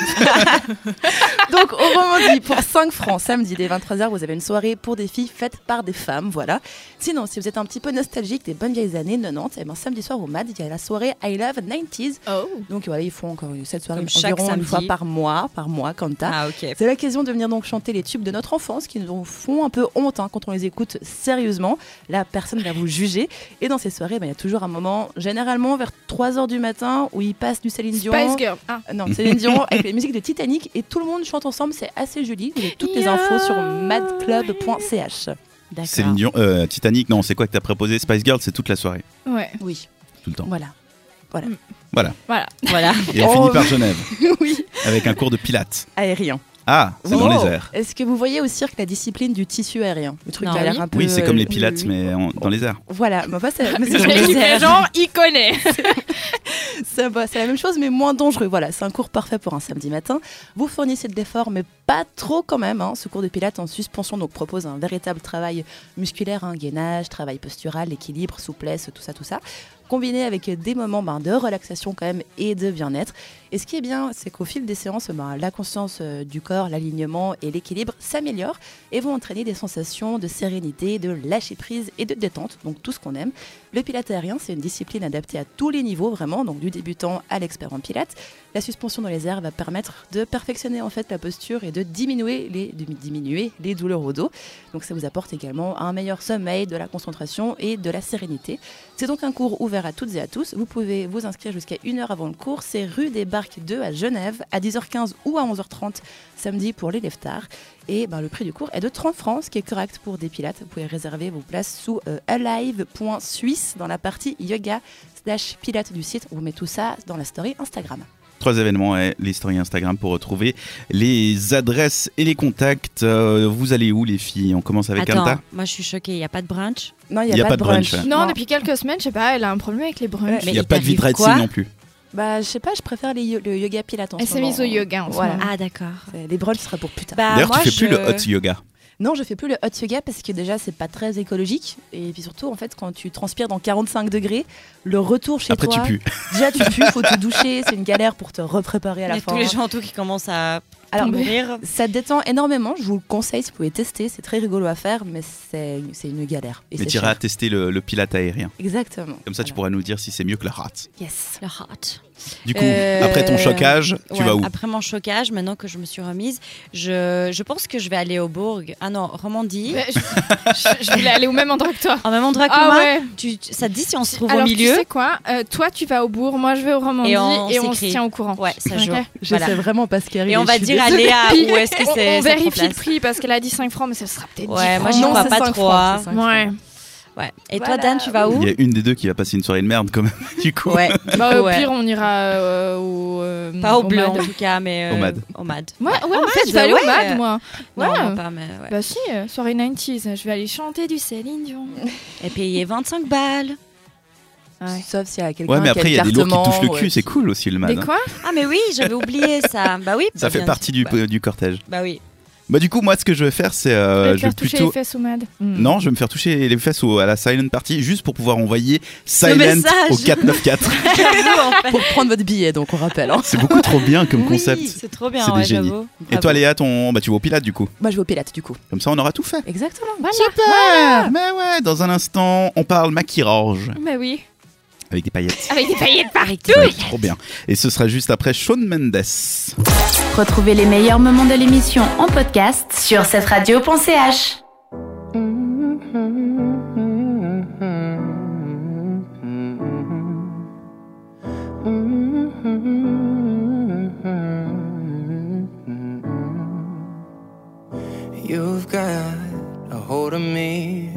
S6: Donc au Romandie, pour cinq francs, samedi dès vingt-trois heures, vous avez une soirée pour des filles faite par des femmes, voilà. Sinon, si vous êtes un petit peu nostalgique des bonnes vieilles années quatre-vingt-dix, eh ben, samedi soir au M A D, il y a la soirée I Love quatre-vingt-dix.
S7: Oh.
S6: Donc voilà, ils font encore cette soirée
S5: Comme chaque
S6: environ une
S5: samedi.
S6: fois par mois, par mois, comme ça.
S5: Ah, ok.
S6: C'est l'occasion de venir donc chanter les tubes de notre enfance qui nous font un peu honte hein, quand on les écoute sérieusement. Là, personne va vous juger. Et dans ces soirées, ben, il y a toujours un moment, généralement vers trois heures du matin, où il passe du Céline Dion.
S7: Spice Girl. Ah.
S6: Non, Céline Dion avec les musiques de Titanic et tout le monde chante ensemble, c'est assez joli. Vous avez toutes les infos sur madclub point c h.
S5: D'accord.
S3: Céline Dion, euh, Titanic, non, c'est quoi que t'as proposé? Spice Girl, c'est toute la soirée,
S7: Ouais.
S6: Oui,
S3: tout le temps.
S6: voilà. Voilà.
S3: Voilà.
S7: Voilà.
S5: Voilà.
S3: Et on
S6: Oh.
S3: finit par Genève.
S6: Oui.
S3: Avec un cours de pilates.
S6: Aérien.
S3: Ah, c'est dans les airs.
S6: Est-ce que vous voyez au cirque la discipline du tissu aérien? Le truc
S5: Non.
S6: qui a l'air
S5: Oui.
S6: un peu.
S3: Oui, c'est comme les
S6: euh,
S3: pilates,
S6: oui.
S3: mais en- dans les airs.
S6: Voilà, bah, bah, c'est mais c'est
S5: Dans
S6: dans
S5: les
S6: les airs.
S5: airs.
S7: Genre, il connaît.
S6: Ça va, c'est la même chose, mais moins dangereux. Voilà, c'est un cours parfait pour un samedi matin. Vous fournissez de l'effort, mais pas trop quand même. Hein. Ce cours de pilates en suspension donc propose un véritable travail musculaire, hein, gainage, travail postural, équilibre, souplesse, tout ça, tout ça, combiné avec des moments ben, de relaxation quand même et de bien-être. Et ce qui est bien, c'est qu'au fil des séances, ben, la conscience euh, du corps, l'alignement et l'équilibre s'améliorent et vont entraîner des sensations de sérénité, de lâcher prise et de détente, donc tout ce qu'on aime. Le pilates aérien, c'est une discipline adaptée à tous les niveaux, vraiment, donc du débutant à l'expert en pilates. La suspension dans les airs va permettre de perfectionner en fait la posture et de diminuer les, de diminuer les douleurs au dos. Donc ça vous apporte également un meilleur sommeil, de la concentration et de la sérénité. C'est donc un cours ouvert à toutes et à tous. Vous pouvez vous inscrire jusqu'à une heure avant le cours. C'est rue des Barques deux à Genève, à dix heures quinze ou à onze heures trente samedi pour les lève-tard. Et ben, le prix du cours est de trente francs, ce qui est correct pour des pilates. Vous pouvez réserver vos places sous euh, alive point suisse dans la partie yoga slash pilates du site. On vous met tout ça dans la story Instagram.
S3: Trois événements et les stories Instagram pour retrouver les adresses et les contacts. Euh, vous allez où les filles? On commence avec
S5: Attends,
S3: Anta.
S5: moi je suis choquée, il n'y a pas de brunch.
S6: Non, il n'y a, pas de brunch.
S3: brunch, ouais.
S7: Non, depuis quelques semaines, je sais pas, elle a un problème avec les brunchs.
S6: Ouais,
S3: Il n'y
S5: mais
S3: a pas de
S5: t'arrive
S3: vide
S5: quoi
S3: non plus.
S6: Bah, je sais pas, je préfère les yo- le yoga pilates en
S7: Elle
S6: ce
S7: s'est
S6: moment.
S7: mise au yoga en ce
S6: Voilà.
S7: moment.
S5: Ah d'accord.
S6: C'est- Les brunchs, ce sera pour plus tard.
S5: Bah,
S3: D'ailleurs,
S5: moi,
S3: tu fais plus
S5: je-
S3: le hot yoga.
S6: Non, je fais plus le hot yoga parce que déjà, c'est pas très écologique. Et puis surtout, en fait, quand tu transpires dans quarante-cinq degrés, le retour chez
S3: Après,
S6: toi.
S3: tu pues.
S6: Déjà, tu pues, faut te doucher. C'est une galère pour te repréparer à
S5: Il y
S6: la
S5: a
S6: fin.
S5: tous les gens autour qui commencent à
S6: Alors,
S5: mourir.
S6: ça détend énormément. Je vous le conseille si vous pouvez tester. C'est très rigolo à faire, mais c'est c'est une galère. Et
S3: Mais
S6: c'est
S3: tu iras
S6: cher.
S3: tester le, le pilate aérien.
S6: Exactement.
S3: Comme ça, tu
S6: Voilà.
S3: pourras nous dire si c'est mieux que le rat.
S6: Yes.
S5: Le hot.
S3: Du coup,
S5: Euh,
S3: après ton chocage, tu
S5: Ouais,
S3: vas où?
S5: Après mon chocage, maintenant que je me suis remise, je, je pense que je vais aller au Bourg. Ah non, Romandie.
S7: Mais je, je- je voulais aller au même endroit que toi.
S5: En même endroit que
S7: Ah
S5: moi.
S7: ouais.
S5: Tu, tu- ça te dit si on se trouve
S7: Alors,
S5: au milieu?
S7: tu sais quoi Euh, Toi, tu vas au Bourg, moi, je vais au Romandie
S5: Et
S7: et
S5: on
S7: on, se
S5: s'écrit.
S7: tient au courant.
S5: Ouais, ça
S7: Ok.
S5: joue.
S6: Je
S5: Voilà.
S6: sais vraiment pas ce qui arrive.
S5: Et on va
S6: je suis
S5: dire à
S6: désolée.
S5: Léa
S7: Puis,
S5: où est-ce que
S7: on-
S5: c'est.
S7: On
S5: ça prend
S7: vérifie le
S5: place.
S7: prix parce qu'elle a dit cinq francs, mais ça sera peut-être
S5: Ouais,
S7: dix
S5: moi,
S7: francs.
S5: j'y
S6: Non,
S5: crois
S6: c'est
S5: pas
S6: cinq
S5: trop.
S6: francs,
S5: hein.
S6: c'est cinq francs.
S7: Ouais.
S5: Ouais. Et
S6: Voilà.
S5: toi, Dan, tu vas où?
S3: Il y a une des deux qui va passer une soirée de merde quand même, du coup.
S5: Ouais.
S7: Bah, au
S5: Ouais.
S7: pire, on ira euh, au. euh,
S5: Pas au bleu en
S7: Mad.
S5: tout cas, mais.
S3: Au
S5: euh,
S3: Mad.
S5: Au Mad.
S7: Ouais, ouais, en
S5: Au
S7: fait, je
S5: Mad,
S7: vais aller
S5: ouais.
S7: au Mad, moi.
S5: Non,
S7: Ouais.
S5: moi pas, mais ouais.
S7: Bah si, euh, soirée quatre-vingt-dix, je vais aller chanter du Céline Dion.
S5: Et payer vingt-cinq balles.
S7: Ouais.
S6: Sauf s'il y a quelqu'un
S3: Ouais, mais
S6: qui a
S3: après, il y a des
S6: une
S3: lourds qui
S6: carte
S3: touchent le
S6: membre,
S3: cul,
S6: ouais.
S3: c'est cool aussi le mad.
S7: Des
S3: hein.
S7: quoi
S5: Ah mais oui, j'avais oublié ça. Bah oui.
S3: Ça
S5: bah,
S3: fait
S5: bien
S3: partie du,
S5: sûr. Bah,
S3: du cortège.
S5: bah oui.
S3: Bah du coup, moi, ce que je vais faire, c'est...
S7: Je
S3: euh,
S7: vais te
S3: je vais
S7: faire toucher
S3: plutôt...
S7: les fesses au Mad. Hmm.
S3: Non, je vais me faire toucher les fesses au- à la silent party juste pour pouvoir envoyer silent
S5: message.
S3: au quatre neuf quatre.
S5: J'avoue, en fait.
S6: Pour prendre votre billet, donc on rappelle. Hein.
S3: C'est beaucoup trop bien comme concept.
S5: Oui, c'est trop bien,
S3: C'est des
S5: ouais,
S3: génies.
S5: j'avoue.
S3: Et toi, Léa, ton... bah, tu vas au Pilate du coup.
S6: Moi, je vais au Pilates du coup.
S3: Comme ça, on aura tout fait.
S6: Exactement.
S7: Voilà.
S3: Super. Mais ouais, dans un instant, on parle maquillage
S7: Bah oui.
S3: avec des paillettes.
S7: Avec des paillettes partout.
S3: Ça va être trop bien. Et ce sera juste après Shawn Mendes.
S4: Retrouvez les meilleurs moments de l'émission en podcast sur cette radio point c h.
S9: You've got a hold of me.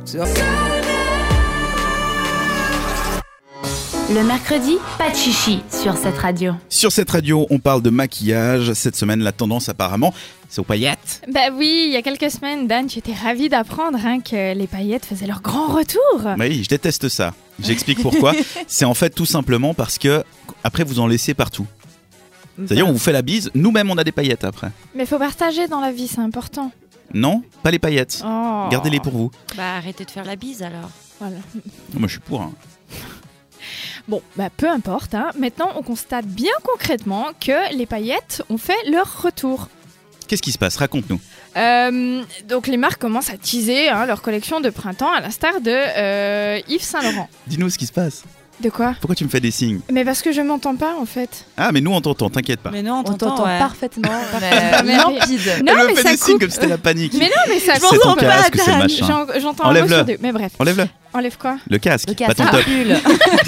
S4: Le mercredi, pas de chichi sur cette radio.
S3: Sur cette radio, on parle de maquillage. Cette semaine, la tendance apparemment, c'est aux paillettes.
S7: Bah oui, il y a quelques semaines, Dan, tu étais ravi d'apprendre hein, que les paillettes faisaient leur grand retour.
S3: Oui, je déteste ça. J'explique pourquoi. C'est en fait tout simplement parce que après vous en laissez partout. C'est-à-dire on vous fait la bise, nous-mêmes on a des paillettes après.
S7: Mais faut partager dans la vie, c'est important.
S3: Non, pas les paillettes.
S7: Oh.
S3: Gardez-les pour vous.
S5: Bah arrêtez de faire la bise alors.
S7: Voilà.
S3: Moi je suis pour. Hein.
S7: Bon, bah peu importe. Hein. Maintenant, on constate bien concrètement que les paillettes ont fait leur retour.
S3: Qu'est-ce qui se passe? Raconte-nous.
S7: Euh, donc les marques commencent à teaser hein, leur collection de printemps à l'instar de euh, Yves Saint Laurent.
S3: Dis-nous ce qui se passe.
S7: De quoi?
S3: Pourquoi tu me fais des signes?
S7: Mais parce que je m'entends pas en fait.
S3: Ah mais nous on t'entend, t'inquiète pas.
S5: Mais non, on
S6: On
S5: t'entend.
S6: t'entend
S5: ouais.
S6: parfaitement,
S7: Mais-
S6: mais limpide.
S7: Non,
S3: Elle me
S7: mais
S3: fait
S7: ça
S3: des signes
S7: coupe.
S3: comme c'était la panique.
S7: Mais non, mais ça
S3: C'est
S7: coupe
S3: ton
S7: pas,
S3: casque, c'est
S7: Dan.
S3: machin.
S7: J'en- J'entends un mot
S3: Enlève-le.
S7: sur deux. Mais bref.
S3: Enlève-le.
S7: Enlève quoi?
S3: Le casque,
S6: Le
S3: pas
S6: casque.
S3: ton
S6: Ah,
S3: top.
S6: pull.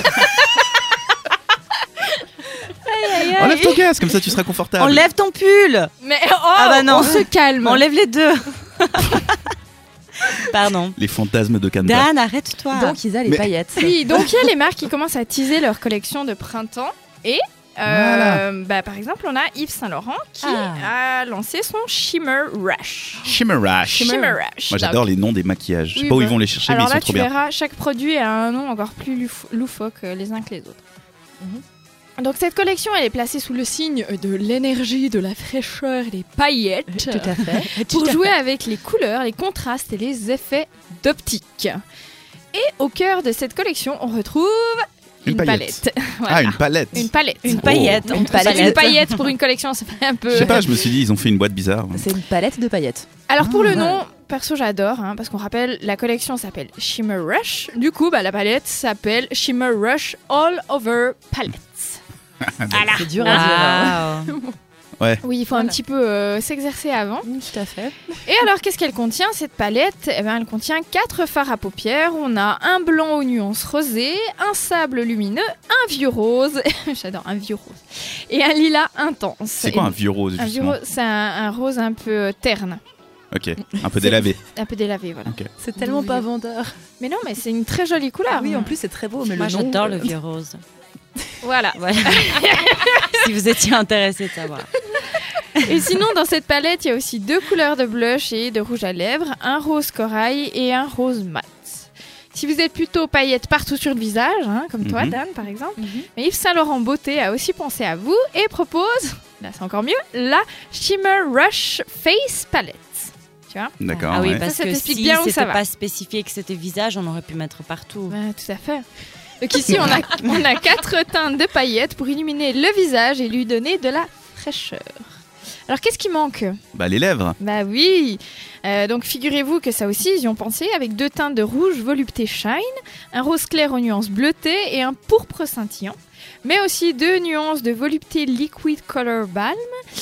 S3: Enlève ton casque, comme ça tu seras confortable.
S5: Enlève ton pull.
S7: Mais oh,
S5: Ah bah non.
S7: on se calme.
S5: Enlève les deux. Pardon.
S3: Les fantasmes de Canva.
S5: Dan, arrête-toi.
S6: Donc Isa, les
S3: Mais-
S6: paillettes.
S7: Oui, donc il y a les marques qui commencent à teaser leur collection de printemps et euh,
S3: Voilà.
S7: bah, par exemple on a Yves Saint Laurent qui
S6: Ah.
S7: a lancé son Shimmer Rush.
S3: Shimmer Rush.
S7: Shimmer Rush.
S3: Moi j'adore
S7: Donc,
S3: les noms des maquillages. Je sais
S7: Oui,
S3: pas où
S7: bah,
S3: ils vont les chercher, mais
S7: alors
S3: ils
S7: là
S3: sont trop
S7: tu
S3: bien.
S7: verras, chaque produit a un nom encore plus louf- loufoque euh, les uns que les autres.
S6: Mhm.
S7: Donc cette collection elle est placée sous le signe de l'énergie, de la fraîcheur et des paillettes.
S6: Tout à fait.
S7: Pour jouer avec les couleurs, les contrastes et les effets d'optique. Et au cœur de cette collection, on retrouve
S3: Une
S7: une,
S3: paillette.
S7: palette.
S3: Ah,
S7: Voilà.
S3: une palette.
S7: Une palette.
S5: Une
S3: Oh.
S5: paillette.
S6: Une
S5: on peut
S6: palette.
S5: pas
S7: Une paillette pour une collection, ça fait un peu.
S3: Je sais pas, je me suis dit, ils ont fait une boîte bizarre.
S6: C'est une palette de paillettes.
S7: Alors pour
S6: Ah,
S7: le
S6: ouais.
S7: nom, perso j'adore, hein, parce qu'on rappelle, la collection s'appelle Shimmer Rush. Du coup, bah, la palette s'appelle Shimmer Rush All Over Palettes. Voilà.
S6: C'est dur à dire. hein.
S5: Wow.
S7: Oui, il faut un
S6: Voilà.
S7: petit peu euh, s'exercer avant.
S6: Mm, Tout à fait.
S7: Et alors, qu'est-ce qu'elle contient, cette palette? Eh ben, elle contient quatre fards à paupières. On a un blanc aux nuances rosées, un sable lumineux, un vieux rose. J'adore, un vieux rose. Et un lilas intense.
S3: C'est quoi
S7: Et
S3: un vieux rose,
S7: un vieux
S3: justement
S7: rose, c'est un, un rose un peu euh, terne,
S3: Ok, un peu délavé.
S7: un peu délavé, voilà.
S6: C'est tellement pas vendeur.
S7: Mais non, mais c'est une très jolie couleur.
S6: Ah oui, en plus c'est très beau, mais
S5: Moi,
S6: le nom.
S5: j'adore
S6: euh,
S5: le vieux rose.
S7: Voilà.
S5: Voilà. Si vous étiez intéressé de savoir.
S7: Et sinon, dans cette palette, il y a aussi deux couleurs de blush et de rouge à lèvres, un rose corail et un rose mat. Si vous êtes plutôt paillettes partout sur le visage, hein, comme toi,
S3: Mhm.
S7: Dan, par exemple, mais Yves Saint Laurent Beauté a aussi pensé à vous et propose, là c'est encore mieux, la Shimmer Rush Face Palette. Tu vois?
S3: D'accord.
S5: Ah oui,
S3: ouais.
S5: parce
S7: Ça, ça
S5: que
S7: t'explique
S5: si
S7: bien où
S5: c'était
S7: ça va.
S5: pas spécifié que c'était visage, on aurait pu mettre partout.
S7: Ouais, tout à fait. Donc ici, on a, on a quatre teintes de paillettes pour illuminer le visage et lui donner de la fraîcheur. Alors, qu'est-ce qui manque?
S3: Bah, les lèvres.
S7: Bah oui. Euh, donc figurez-vous que ça aussi ils y ont pensé avec deux teintes de rouge volupté shine, un rose clair aux nuances bleutées et un pourpre scintillant, mais aussi deux nuances de volupté liquid color balm,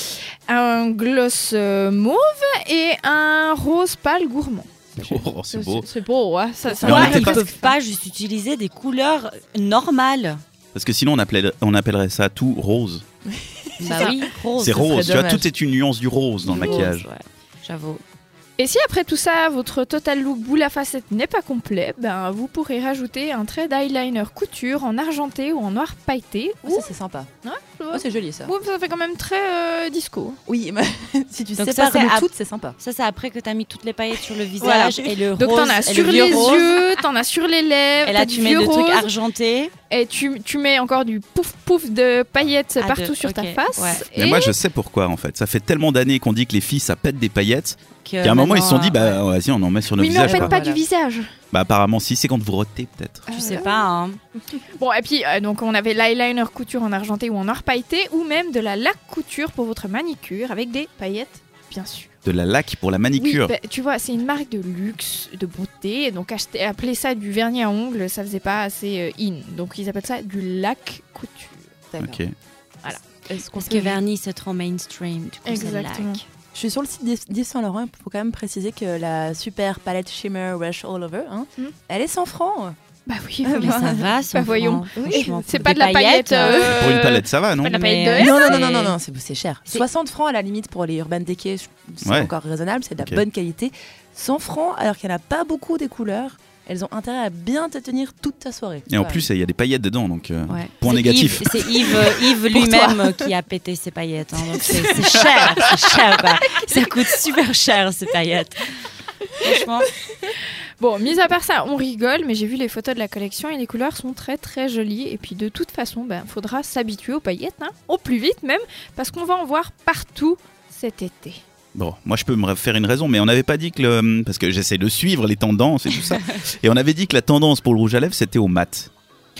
S7: un gloss euh, mauve et un rose pâle gourmand.
S3: Oh, c'est beau.
S7: C'est beau, ouais. Ça, ça
S3: Mais on
S5: Pourquoi
S3: était
S5: ils
S3: pas-
S5: peuvent pas juste utiliser des couleurs normales?
S3: Parce que sinon, on appellerait, on appellerait ça tout rose.
S5: Bah oui, rose.
S3: C'est
S6: ce
S3: rose,
S6: serait
S3: tu vois,
S6: dommage.
S3: tout est une nuance du rose dans le
S5: Rose,
S3: maquillage.
S5: ouais, j'avoue.
S7: Et si après tout ça, votre total look boule à facette n'est pas complet, ben vous pourrez rajouter un trait d'eyeliner couture en argenté ou en noir pailleté.
S6: Oh,
S7: Ou
S6: ça c'est sympa.
S7: Ouais,
S6: Oh, c'est joli ça.
S7: ou ça fait quand même très euh, disco.
S6: Oui, mais si tu
S5: Donc
S6: sais
S5: ça,
S6: pas
S5: c'est
S6: le
S5: à-
S6: tout, c'est sympa.
S5: Ça, c'est après que t'as mis toutes les paillettes sur le visage et le
S7: Donc
S5: rose.
S7: t'en as
S5: et
S7: sur
S5: le
S7: les
S5: vieux rose.
S7: yeux, t'en as sur les lèvres,
S5: Et là,
S7: t'as
S5: tu
S7: du
S5: mets
S7: vieux
S5: le truc
S7: rose,
S5: argenté.
S7: et tu, tu mets encore du pouf pouf de paillettes
S5: Ah,
S7: partout
S5: de-
S7: sur ta
S5: ok,
S7: face.
S5: ouais.
S7: Et
S3: Mais moi, je sais pourquoi, en fait. Ça fait tellement d'années qu'on dit que les filles, ça pète des paillettes,
S5: que
S3: qu'à un moment, ils se sont dit,
S5: maintenant,
S3: bah, vas-y, on en met sur nos
S7: oui, mais on
S3: visages.
S7: pète
S3: quoi.
S7: pas
S6: Voilà.
S7: du visage.
S3: Bah, apparemment, si, c'est quand vous rotez, peut-être.
S5: Tu sais pas, hein.
S7: Bon, et puis euh, donc on avait l'eyeliner couture en argenté ou en noir pailleté, ou même de la laque couture pour votre manicure avec des paillettes, bien sûr.
S3: De la laque pour la manicure.
S7: Oui, bah, tu vois, c'est une marque de luxe, de beauté. Donc acheter, appeler ça du vernis à ongles, ça faisait pas assez euh, in. Donc ils appellent ça du lac couture.
S6: D'accord.
S3: Ok.
S6: Est-ce qu'on
S5: Parce
S6: peut-
S5: que vernis, c'est trop mainstream. Du coup, c'est
S7: Exactement.
S5: lac.
S6: Je suis sur le site d'Yves d'Yves Saint Laurent, il faut quand même préciser que la super palette Shimmer Rush All Over, hein,
S7: Mm.
S6: elle est cent francs.
S7: Bah oui,
S6: Ah,
S5: Mais ça va,
S7: Bah, voyons.
S5: francs,
S7: Oui,
S5: franchement.
S7: c'est
S5: Pour
S7: pas
S5: des
S7: de la paillette, euh,
S3: Pour une palette, ça va, non
S7: pas de la
S5: Mais,
S7: paillette de
S5: euh,
S7: F.
S6: Non, non, non,
S5: c'est-
S6: non, non, non, c'est c'est cher.
S5: C'est-
S6: soixante francs à la limite pour les Urban Decay, c'est
S3: Ouais.
S6: encore raisonnable, c'est de la
S3: Ok.
S6: bonne qualité. cent francs, alors qu'il n'y en a pas beaucoup des couleurs, elles ont intérêt à bien te tenir toute ta soirée.
S3: Et en
S6: Ouais.
S3: plus, il y a des paillettes dedans, donc euh,
S5: Ouais.
S3: point
S5: C'est
S3: négatif.
S5: Yves- C'est Yves, Yves
S6: Pour
S5: lui-même euh, qui a pété ses paillettes. hein. Donc c'est c'est cher, c'est cher quoi. Ça coûte super cher ces paillettes. Franchement.
S7: Bon, mis à part ça, on rigole, mais j'ai vu les photos de la collection et les couleurs sont très très jolies. Et puis de toute façon, ben, faudra s'habituer aux paillettes, hein, au plus vite même, parce qu'on va en voir partout cet été.
S3: Bon, moi je peux me faire une raison, mais on n'avait pas dit que le... Parce que j'essaie de suivre les tendances et tout ça. Et on avait dit que la tendance pour le rouge à lèvres, c'était au mat.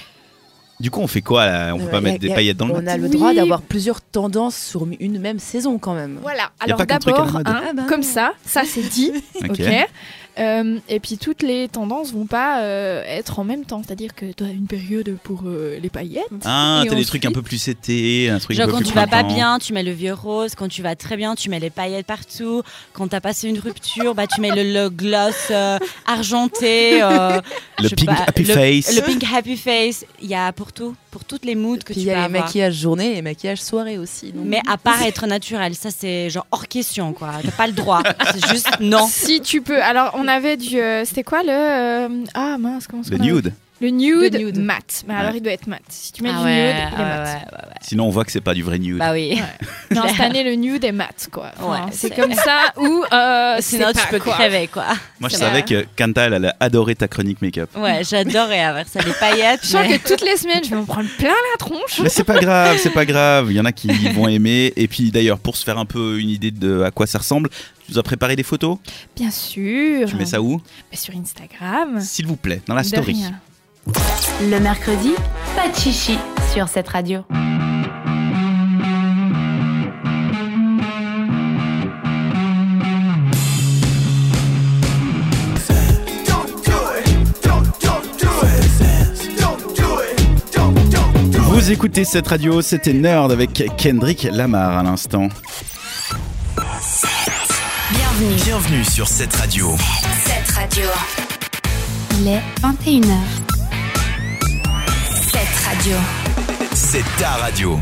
S3: Du coup, on fait quoi là On peut
S6: Euh,
S3: pas
S6: y a-
S3: mettre des
S6: y a-
S3: paillettes dans le
S6: On
S3: mat
S6: a le
S7: Oui.
S6: droit d'avoir plusieurs tendances sur une même saison quand même.
S7: Voilà,
S3: Y a
S7: alors
S3: pas qu'un truc à la
S7: d'abord,
S3: mode.
S7: hein,
S6: Ah bah
S7: comme
S6: non.
S7: ça, ça c'est dit,
S3: Ok.
S7: ok. Euh, et puis toutes les tendances vont pas euh, être en même temps, c'est-à-dire que tu as une période pour euh, les paillettes.
S3: Ah,
S7: et
S3: t'as des
S7: ensuite-
S3: trucs un peu plus été, un truc
S5: Genre
S3: un peu
S5: quand
S3: plus
S5: tu vas pas
S3: printemps.
S5: bien, tu mets le vieux rose. Quand tu vas très bien, tu mets les paillettes partout. Quand t'as passé une rupture, bah tu mets le, le gloss euh, argenté. euh,
S3: Le
S5: je sais
S3: pink
S5: pas,
S3: happy
S5: le-
S3: face.
S5: Le pink happy face. Il y a pour tout. pour toutes les moods que
S6: Puis
S5: tu
S6: il
S5: peux
S6: y a les
S5: avoir.
S6: maquillages journée et les maquillages soirée aussi. donc.
S5: Mais à part être naturel, ça c'est genre hors question quoi. T'as pas le droit. C'est juste non.
S7: Si tu peux. Alors, on avait du. euh, C'était quoi le. euh, Ah mince, comment ça
S3: Le
S7: s'appelle
S3: nude.
S7: Le nude,
S6: Le nude.
S7: mat. Mais alors, il doit être mat. Si tu mets
S5: Ah
S7: du
S5: ouais,
S7: nude, il est
S5: ouais,
S7: mat.
S5: ouais, ouais, ouais.
S3: Sinon, on voit que c'est pas du vrai nude.
S5: Bah oui.
S7: Non, cette année, le nude est mat, quoi. Enfin,
S5: Ouais,
S7: c'est
S5: c'est-
S7: comme ça ou euh,
S5: Sinon
S7: c'est
S5: tu
S7: pas,
S5: peux
S7: quoi.
S5: crever quoi.
S3: Moi, je
S7: C'est
S3: savais
S7: vrai.
S3: que Kanta, elle allait adorer ta chronique make-up.
S5: Ouais, j'adorais avoir ça, les paillettes.
S7: Je sens
S5: mais-
S7: que toutes les semaines, je vais me prendre plein la tronche.
S3: Mais c'est pas grave, c'est pas grave. Il y en a qui vont aimer. Et puis d'ailleurs, pour se faire un peu une idée de à quoi ça ressemble, tu nous as préparé des photos.
S7: Bien sûr.
S3: Tu mets ça où?
S7: Mais sur Instagram.
S3: S'il vous plaît, dans la
S7: De
S3: story.
S7: rien.
S4: Le mercredi, pas de chichi sur cette radio.
S3: Vous écoutez cette radio, c'était Nerd avec Kendrick Lamar à l'instant.
S1: Bienvenue.
S2: Bienvenue sur cette radio.
S1: Cette radio.
S4: Il est vingt et une heures.
S1: Cette radio.
S2: C'est ta radio.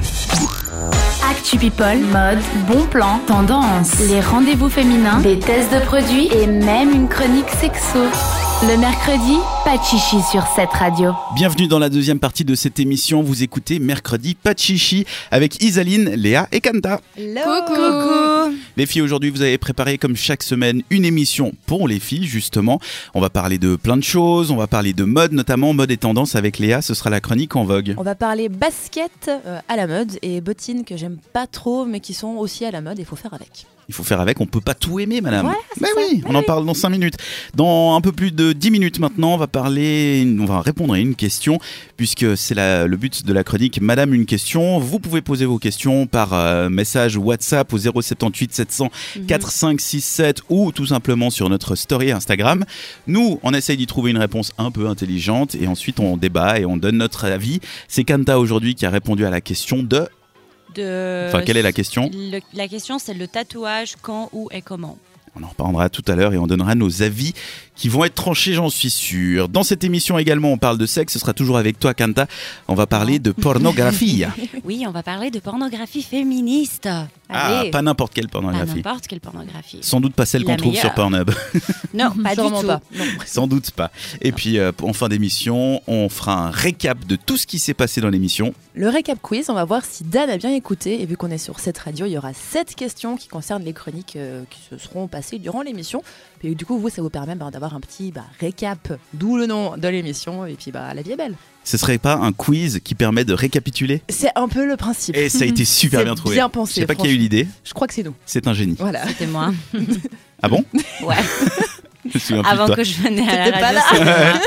S4: Actu People, mode, bon plan, tendance, les rendez-vous féminins, des tests de produits et même une chronique sexo. Le mercredi, pas de chichi sur cette radio.
S3: Bienvenue dans la deuxième partie de cette émission. Vous écoutez Mercredi Pas de Chichi avec Isaline, Léa et Kanta.
S5: Coucou.
S3: Les filles, aujourd'hui, vous avez préparé comme chaque semaine une émission pour les filles, justement. On va parler de plein de choses. On va parler de mode, notamment mode et tendance avec Léa. Ce sera la chronique en vogue.
S6: On va parler basket euh, à la mode et bottines que j'aime pas trop mais qui sont aussi à la mode et il faut faire avec.
S3: Il faut faire avec, on peut pas tout aimer, madame.
S6: Ouais, c'est
S3: Mais
S6: ça.
S3: oui, on en parle dans cinq minutes. Dans un peu plus de dix minutes maintenant, on va parler, on va répondre à une question, puisque c'est la- le but de la chronique Madame une question. Vous pouvez poser vos questions par euh, message WhatsApp au zéro sept huit sept cents quatre cinq six sept ou tout simplement sur notre story Instagram. Nous, on essaye d'y trouver une réponse un peu intelligente et ensuite on débat et on donne notre avis. C'est Kanta aujourd'hui qui a répondu à la question de...
S5: De...
S3: Enfin, quelle est la question ?
S5: Le- La question c'est le tatouage, quand, où et comment.
S3: On en reparlera tout à l'heure et on donnera nos avis qui vont être tranchés, j'en suis sûr. Dans cette émission également, on parle de sexe. Ce sera toujours avec toi, Kanta. On va parler de pornographie.
S5: Oui, on va parler de pornographie féministe.
S3: Ah,
S6: Allez.
S3: pas n'importe quelle
S5: Pas
S3: pornographie.
S5: n'importe quelle pornographie.
S3: Sans doute pas celle
S5: La
S3: qu'on trouve
S5: meilleure.
S3: sur Pornhub.
S5: Non, pas du
S6: Sûrement
S5: tout.
S6: pas. Non.
S3: Sans doute pas. Et puis, euh, en fin d'émission, on fera un récap de tout ce qui s'est passé dans l'émission.
S6: Le récap quiz, on va voir si Dan a bien écouté et vu qu'on est sur cette radio, il y aura sept questions qui concernent les chroniques euh, qui se seront passées durant l'émission. Et du coup, vous, ça vous permet bah, d'avoir un petit bah, récap, d'où le nom de l'émission et puis bah la vie est belle.
S3: Ce serait pas un quiz qui permet de récapituler ?
S6: C'est un peu le principe.
S3: Et ça a été super
S6: C'est
S3: bien trouvé.
S6: bien pensé,
S3: Je sais pas qui a eu
S6: franchement.
S3: l'idée.
S6: Je crois que c'est nous.
S3: C'est un génie.
S6: Voilà.
S5: C'était moi.
S3: Ah bon ?
S5: Ouais.
S3: Je me souviens plus de
S5: Avant
S3: toi.
S5: que je venais à
S6: T'étais
S5: la
S6: pas
S5: radio.
S6: là.
S5: c'était moi.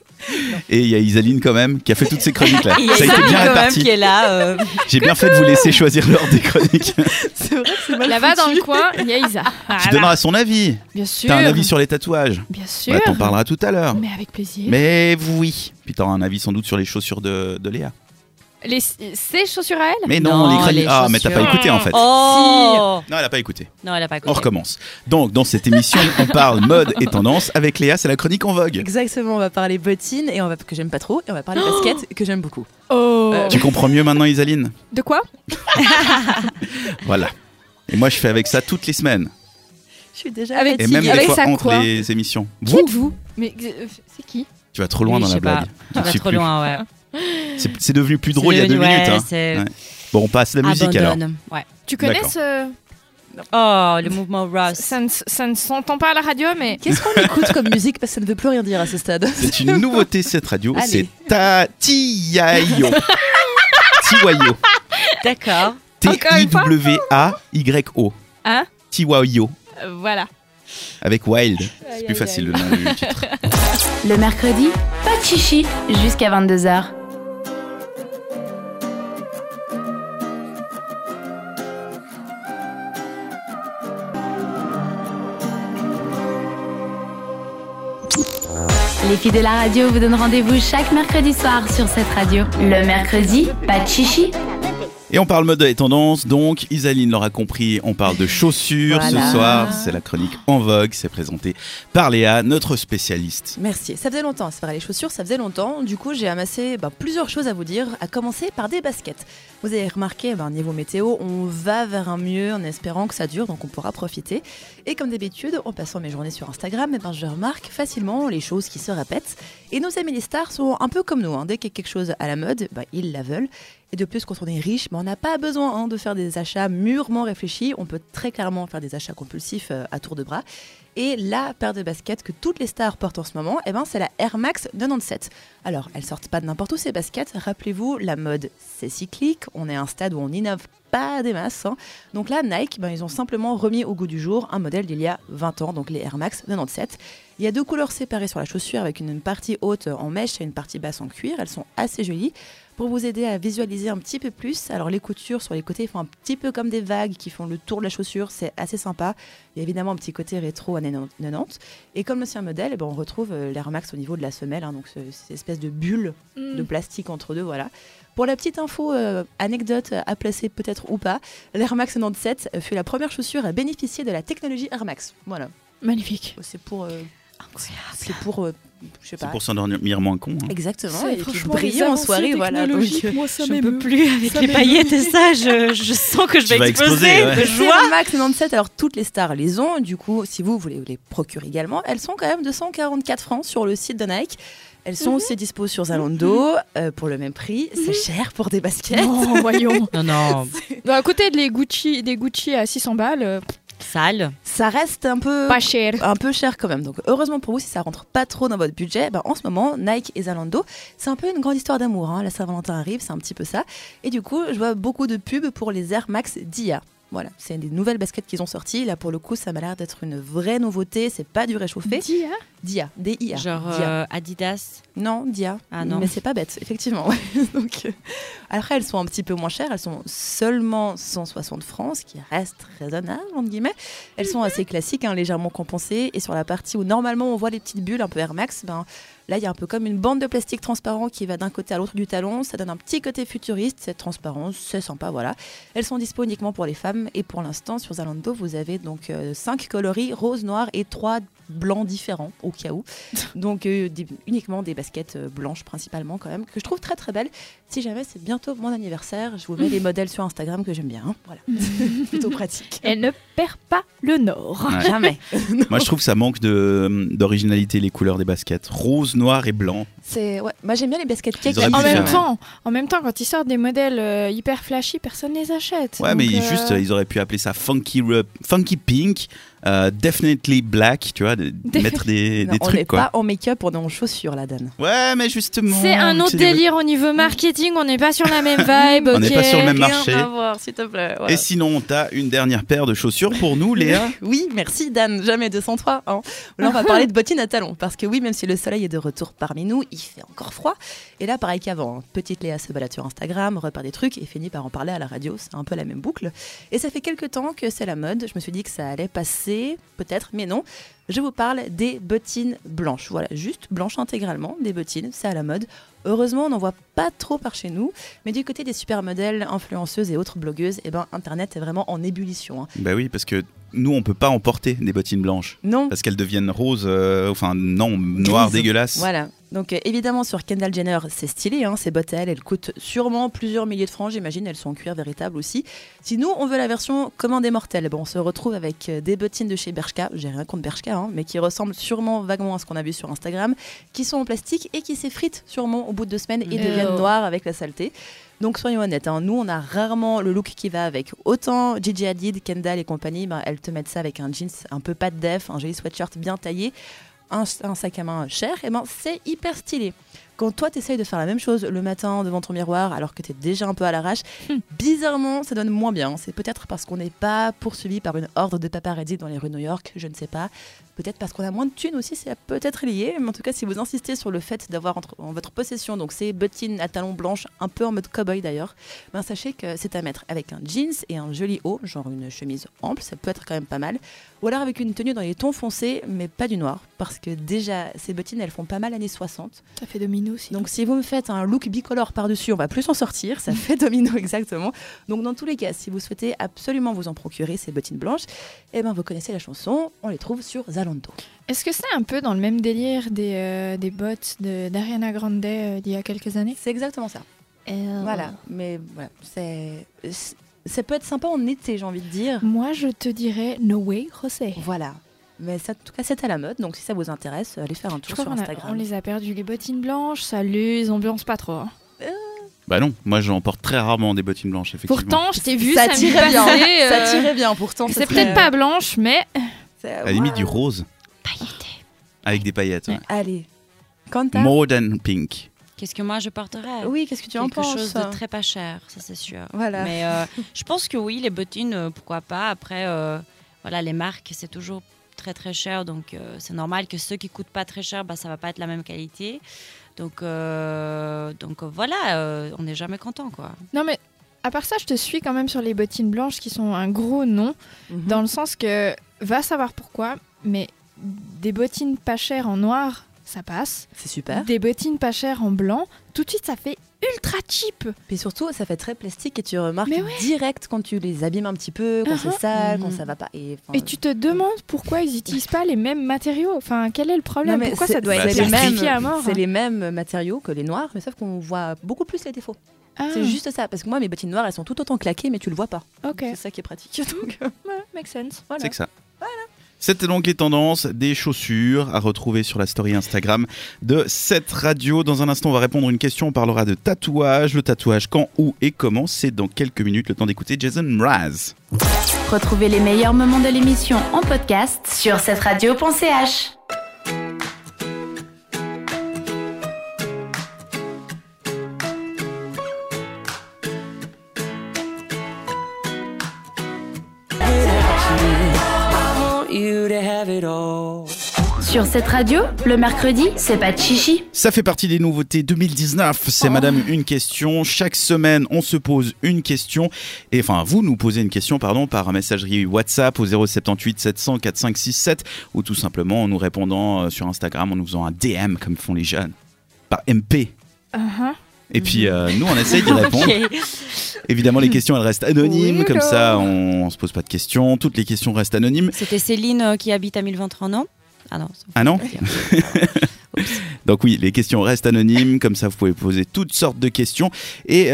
S3: Et il y a Isaline quand même qui a fait toutes ces chroniques là.
S5: Il y a
S3: Ça a été
S5: Isaline
S3: bien
S5: quand même
S3: réparti.
S5: qui est là. euh,
S3: J'ai bien fait de vous laisser choisir l'ordre des chroniques.
S6: C'est vrai que c'est mal
S7: Là-bas dans
S6: foutu.
S7: le coin, il y a Isa.
S3: Tu
S7: Voilà.
S3: donneras son avis.
S7: Bien sûr.
S3: T'as un avis sur les tatouages.
S7: Bien sûr.
S3: Bah, t'en parleras tout à l'heure.
S7: Mais avec plaisir.
S3: Mais oui. Puis t'auras un avis sans doute sur les chaussures de, de Léa.
S7: Les, ces chaussures à elle
S3: Mais non,
S5: Non,
S3: les chroniques.
S5: les
S3: Ah, mais t'as pas
S5: chaussures.
S3: écouté en fait.
S5: Oh
S3: Non, elle a pas écouté.
S5: Non, elle a pas
S3: On
S5: écouté.
S3: recommence. Donc, dans cette émission, on parle mode et tendance. Avec Léa, c'est la chronique en vogue.
S6: Exactement, on va parler bottines et on va que j'aime pas trop et on va parler basket que j'aime beaucoup.
S7: Oh.
S6: Euh,
S3: Tu comprends mieux maintenant, Isaline ?
S7: De quoi?
S3: Voilà. Et moi, je fais avec ça toutes les semaines.
S6: Je suis déjà
S7: Avec
S3: Et
S7: Qui-
S3: même des
S7: avec
S3: fois
S7: ça,
S3: entre
S7: quoi
S3: les émissions.
S7: Qui
S3: Vous
S7: êtes-vous? Mais euh, c'est qui?
S3: Tu vas trop loin
S5: Oui,
S3: dans
S5: je
S3: la
S5: sais pas.
S3: blague.
S5: Tu vas
S3: Je sais
S5: trop
S3: plus.
S5: loin, ouais.
S3: C'est c'est devenu plus drôle il y a deux
S5: devenu-
S3: minutes.
S5: ouais,
S3: hein.
S5: c'est-
S3: Ouais. Bon, on passe la musique alors.
S5: Abandonne. Ouais.
S7: Tu connais
S3: D'accord.
S7: ce...
S5: Oh, le mouvement Ross.
S7: Ça ne, ça ne s'entend pas à la radio, mais...
S6: Qu'est-ce qu'on écoute comme musique parce que ça ne veut plus rien dire à ce stade.
S3: C'est une nouveauté cette radio,
S6: Allez.
S3: c'est Tatiayo. Tiwayo.
S5: D'accord.
S7: Encore une fois
S3: T-I-W-A-Y-O.
S7: Hein?
S3: Tiwayo.
S7: Euh, Voilà.
S3: Avec Wild.
S7: Aïe,
S3: C'est plus
S7: aïe,
S3: facile
S7: aïe.
S3: le nom du titre.
S4: Le mercredi, pas de chichi jusqu'à vingt-deux heures. Les filles de la radio vous donnent rendez-vous chaque mercredi soir sur cette radio. Le mercredi, pas de chichi.
S3: Et on parle mode et tendance, donc Isaline l'aura compris, on parle de chaussures
S6: Voilà.
S3: ce soir. C'est la chronique En Vogue, c'est présenté par Léa, notre spécialiste.
S6: Merci. Ça faisait longtemps, c'est vrai, les chaussures, ça faisait longtemps. Du coup, j'ai amassé bah, plusieurs choses à vous dire, à commencer par des baskets. Vous avez remarqué, bah, niveau météo, on va vers un mieux en espérant que ça dure, donc on pourra profiter. Et comme d'habitude, en passant mes journées sur Instagram, eh ben, je remarque facilement les choses qui se répètent. Et nos amis les stars sont un peu comme nous. Hein. Dès qu'il y a quelque chose à la mode, bah, ils la veulent. Et de plus, quand on est riche, bah, on n'a pas besoin hein, de faire des achats mûrement réfléchis. On peut très clairement faire des achats compulsifs euh, à tour de bras. Et la paire de baskets que toutes les stars portent en ce moment, eh ben, c'est la Air Max quatre-vingt-dix-sept. Alors, elles sortent pas de n'importe où ces baskets. Rappelez-vous, la mode, c'est cyclique. On est à un stade où on n'innove pas des masses. Hein. Donc là, Nike, ben, ils ont simplement remis au goût du jour un modèle d'il y a vingt ans, donc les Air Max quatre-vingt-dix-sept. Il y a deux couleurs séparées sur la chaussure avec une partie haute en mèche et une partie basse en cuir. Elles sont assez jolies. Pour vous aider à visualiser un petit peu plus, alors les coutures sur les côtés font un petit peu comme des vagues qui font le tour de la chaussure, c'est assez sympa. Il y a évidemment un petit côté rétro années quatre-vingt-dix. Et comme l'ancien modèle, eh ben, on retrouve euh, l'Air Max au niveau de la semelle, hein, donc ce- cette espèce de bulle
S7: Mm.
S6: de plastique entre deux, voilà. Pour la petite info, euh, anecdote à placer peut-être ou pas, l'Air Max quatre-vingt-dix-sept fut la première chaussure à bénéficier de la technologie Air Max. Voilà,
S7: Magnifique.
S6: c'est pour... euh, c'est pour... euh, je sais
S3: C'est
S6: pas.
S3: pour s'endormir moins con. Hein.
S6: Exactement,
S7: C'est
S6: et puis
S7: franchement
S6: briller
S7: les
S6: en
S7: avancées
S6: soirée, voilà. Donc,
S7: technologiques,
S6: euh,
S7: moi ça
S5: Je ne
S7: m'émeut.
S5: peux plus avec
S7: Ça
S5: les
S7: m'émeut.
S5: paillettes et ça, je, je sens que je
S3: Tu
S5: vais
S3: vas
S5: exploser
S3: exploser, ouais.
S5: de
S6: Les
S5: joie.
S6: Air Max quatre-vingt-dix-sept, alors toutes les stars les ont. Du coup, si vous voulez les procurer également, elles sont quand même deux cent quarante-quatre francs sur le site de Nike. Elles sont aussi dispo sur Zalando euh, pour le même prix. C'est cher pour des baskets.
S7: Non, voyons.
S5: Non, non,
S7: Bah, à côté de les Gucci, des Gucci à six cents balles, euh,
S5: sale.
S6: Ça reste un peu
S7: pas cher.
S6: un peu cher quand même. Donc heureusement pour vous, si ça rentre pas trop dans votre budget, ben, en ce moment, Nike et Zalando, c'est un peu une grande histoire d'amour. Hein. La Saint-Valentin arrive, c'est un petit peu ça. Et du coup, je vois beaucoup de pubs pour les Air Max Dia. Voilà, c'est des nouvelles baskets qu'ils ont sorties. Là, pour le coup, ça m'a l'air d'être une vraie nouveauté. C'est pas du réchauffé.
S7: Dia.
S6: Dia, D I A.
S5: Genre
S6: Dia.
S5: euh, Adidas.
S6: Non, Dia.
S5: Ah non.
S6: Mais c'est pas bête, effectivement. Donc, euh, après, elles sont un petit peu moins chères. Elles sont seulement cent soixante francs, ce qui reste raisonnable, entre guillemets. Elles sont assez classiques, hein, légèrement compensées. Et sur la partie où normalement on voit les petites bulles un peu Air Max, ben, là, il y a un peu comme une bande de plastique transparent qui va d'un côté à l'autre du talon. Ça donne un petit côté futuriste. Cette transparence, c'est sympa, voilà. Elles sont dispo uniquement pour les femmes. Et pour l'instant, sur Zalando, vous avez donc euh, cinq coloris, rose, noir et trois blancs différents, au cas où. Donc euh, des- uniquement des baskets euh, blanches principalement quand même, que je trouve très très belles. Si jamais c'est bientôt mon anniversaire, je vous mets les modèles sur Instagram que j'aime bien. hein. Voilà, plutôt pratique.
S7: Elle ne perd pas le nord.
S3: Ouais.
S6: Jamais.
S3: Moi, je trouve que ça manque de, d'originalité, les couleurs des baskets. Rose, noir et blanc.
S6: C'est ouais. Moi j'aime bien les baskets cake.
S3: Ils auraient
S7: En
S3: pu
S7: même
S3: faire-
S7: temps, en même temps, quand ils sortent des modèles euh, hyper flashy, personne les achète.
S3: Ouais,
S7: Donc,
S3: mais
S7: euh,
S3: juste, ils auraient pu appeler ça Funky, Ru- funky Pink, euh, Definitely Black, tu vois, de- mettre des,
S6: Non,
S3: des
S6: on
S3: trucs,
S6: n'est
S3: quoi.
S6: pas en make-up, on est en chaussures, la Dan.
S3: Ouais, mais justement.
S7: C'est un autre
S3: c'est-
S7: délire au niveau marketing. On n'est pas sur la même vibe.
S3: On n'est
S7: ok.
S3: pas sur le même
S6: Rien
S3: marché.
S6: à voir, s'il te plaît. voilà.
S3: Et sinon, t'as une dernière paire de chaussures pour nous, Léa.
S6: Oui, merci Dan, jamais deux cent trois. Hein. Là, on va parler de bottines à talons, parce que oui, même si le soleil est de retour parmi nous, il fait encore froid. Et là, pareil qu'avant, hein. Petite Léa se balade sur Instagram, repère des trucs et finit par en parler à la radio. C'est un peu la même boucle. Et ça fait quelques temps que c'est la mode. Je me suis dit que ça allait passer, peut-être, mais non. Je vous parle des bottines blanches. Voilà, juste blanches intégralement, des bottines, c'est à la mode. Heureusement, on n'en voit pas trop par chez nous. Mais du côté des supermodèles, influenceuses et autres blogueuses, eh ben, Internet est vraiment en ébullition. hein.
S3: Bah oui, parce que nous, on peut pas emporter des bottines blanches.
S6: Non.
S3: Parce qu'elles deviennent roses, euh, enfin non, noires,
S6: Grise.
S3: dégueulasses.
S6: Voilà. Donc euh, évidemment sur Kendall Jenner, c'est stylé, hein, ces bottes à elle, elles coûtent sûrement plusieurs milliers de francs, j'imagine, elles sont en cuir véritable aussi. Si nous, on veut la version commande des mortels, bon, on se retrouve avec euh, des bottines de chez Bershka, j'ai rien contre Bershka, hein, mais qui ressemblent sûrement vaguement à ce qu'on a vu sur Instagram, qui sont en plastique et qui s'effritent sûrement au bout de deux semaines et
S7: Oh.
S6: deviennent noires avec la saleté. Donc soyons honnêtes, hein, nous on a rarement le look qui va avec. Autant Gigi Hadid, Kendall et compagnie, ben, elles te mettent ça avec un jeans un peu pas de def, un joli sweatshirt bien taillé, un, un sac à main cher, et ben c'est hyper stylé. Quand toi t'essayes de faire la même chose le matin devant ton miroir alors que t'es déjà un peu à l'arrache, bizarrement ça donne moins bien. C'est peut-être parce qu'on n'est pas poursuivi par une horde de paparazzi dans les rues de New York, je ne sais pas. Peut-être parce qu'on a moins de thunes aussi, c'est peut-être lié. Mais en tout cas, si vous insistez sur le fait d'avoir entre- en votre possession donc ces bottines à talons blanches, un peu en mode cow-boy d'ailleurs, ben sachez que c'est à mettre avec un jeans et un joli haut, genre une chemise ample, ça peut être quand même pas mal. Ou alors avec une tenue dans les tons foncés, mais pas du noir, parce que déjà ces bottines elles font pas mal années soixante.
S7: Ça fait deux minutes. domino aussi.
S6: Donc si vous me faites un look bicolore par-dessus, on va plus s'en sortir, ça fait domino exactement. Donc dans tous les cas, si vous souhaitez absolument vous en procurer ces bottines blanches, eh ben vous connaissez la chanson, on les trouve sur Zalando.
S7: Est-ce que c'est un peu dans le même délire des, euh, des bottes de, d'Ariana Grande euh, d'il y a quelques années?
S6: C'est exactement ça.
S7: Euh...
S6: Voilà, mais voilà, c'est, c'est- ça peut être sympa en été, j'ai envie de dire.
S7: Moi, je te dirais No Way José.
S6: Voilà. Mais ça, en tout cas, c'est à la mode, donc si ça vous intéresse, allez faire un
S7: Je
S6: tour
S7: crois
S6: sur
S7: qu'on a-
S6: Instagram.
S7: on les a perdus, les bottines blanches, ça les ambiance pas trop. hein.
S3: Bah non, moi j'en porte très rarement des bottines blanches, effectivement.
S7: Pourtant, je t'ai vu
S6: ça
S7: samedi
S6: tirait bien,
S7: passé,
S6: ça
S7: euh,
S6: tirait bien pourtant. ce
S7: C'est
S6: serait-
S7: peut-être pas blanche, mais
S6: c'est-
S3: À la limite
S6: ouais.
S3: du rose.
S5: Pailleté.
S3: Avec des paillettes. Ouais.
S6: Allez. Quant à...
S3: More than pink.
S5: Qu'est-ce que moi je porterais?
S6: Oui, qu'est-ce que tu en
S5: Quelque
S6: penses?
S5: chose de très pas cher, ça c'est sûr.
S6: Voilà.
S5: Mais euh, je pense que oui, les bottines, euh, pourquoi pas. Après, euh, voilà, les marques, c'est toujours très très cher, donc euh, c'est normal que ceux qui coûtent pas très cher, bah, ça va pas être la même qualité. Donc, euh, donc euh, voilà, euh, on n'est jamais content, quoi.
S7: non mais à part ça, je te suis quand même sur les bottines blanches qui sont un gros nom,
S6: Mhm.
S7: dans le sens que va savoir pourquoi, mais des bottines pas chères en noir, ça passe.
S6: C'est super.
S7: Des bottines pas chères en blanc, tout de suite ça fait ultra cheap.
S6: Puis surtout, ça fait très plastique et tu remarques
S7: Mais ouais.
S6: direct quand tu les abîmes un petit peu, quand
S7: Uh-huh.
S6: c'est sale, quand
S5: Mhm.
S6: ça va pas. Et, enfin,
S7: Et tu te demandes pourquoi ils n'utilisent pas les mêmes matériaux. Enfin, quel est le problème?
S6: non, mais
S7: Pourquoi
S6: c'est-
S7: ça doit
S3: Bah,
S7: être
S6: c'est les
S7: plastifié
S6: mêmes,
S7: à mort?
S6: c'est
S7: hein
S6: les mêmes matériaux que les noirs, mais sauf qu'on voit beaucoup plus les défauts.
S7: Ah,
S6: C'est juste ça, parce que moi, mes bottines noires, elles sont tout autant claquées, mais tu le vois pas.
S7: ok.
S6: C'est ça qui est pratique. Donc, euh,
S7: Ouais, make sense.
S6: voilà.
S3: C'est que ça. C'était donc les tendances des chaussures à retrouver sur la story Instagram de cette radio. Dans un instant, on va répondre à une question. On parlera de tatouage. Le tatouage, quand, où et comment. C'est dans quelques minutes. Le temps d'écouter Jason Mraz.
S4: Retrouvez les meilleurs moments de l'émission en podcast sur cette radio point c h. Sur cette radio, le mercredi, c'est pas de chichi.
S3: Ça fait partie des nouveautés deux mille dix-neuf. C'est
S7: Oh.
S3: Madame une question. Chaque semaine, on se pose une question. Et enfin, vous nous posez une question, pardon, par messagerie WhatsApp au zéro sept huit sept zéro zéro quatre cinq six sept ou tout simplement en nous répondant euh, sur Instagram, en nous faisant un D M comme font les jeunes, par M P.
S7: Uh-huh.
S3: Et puis euh, nous, on essaye d'y répondre.
S5: Ok.
S3: Évidemment, les questions, elles restent anonymes.
S7: Oui,
S3: comme
S7: alors.
S3: ça, on, on se pose pas de questions. Toutes les questions restent anonymes.
S5: C'était Céline euh, qui habite à mille vingt-trois, non? Ah non. ça-
S3: Ah non Donc oui, les questions restent anonymes, comme ça vous pouvez poser toutes sortes de questions et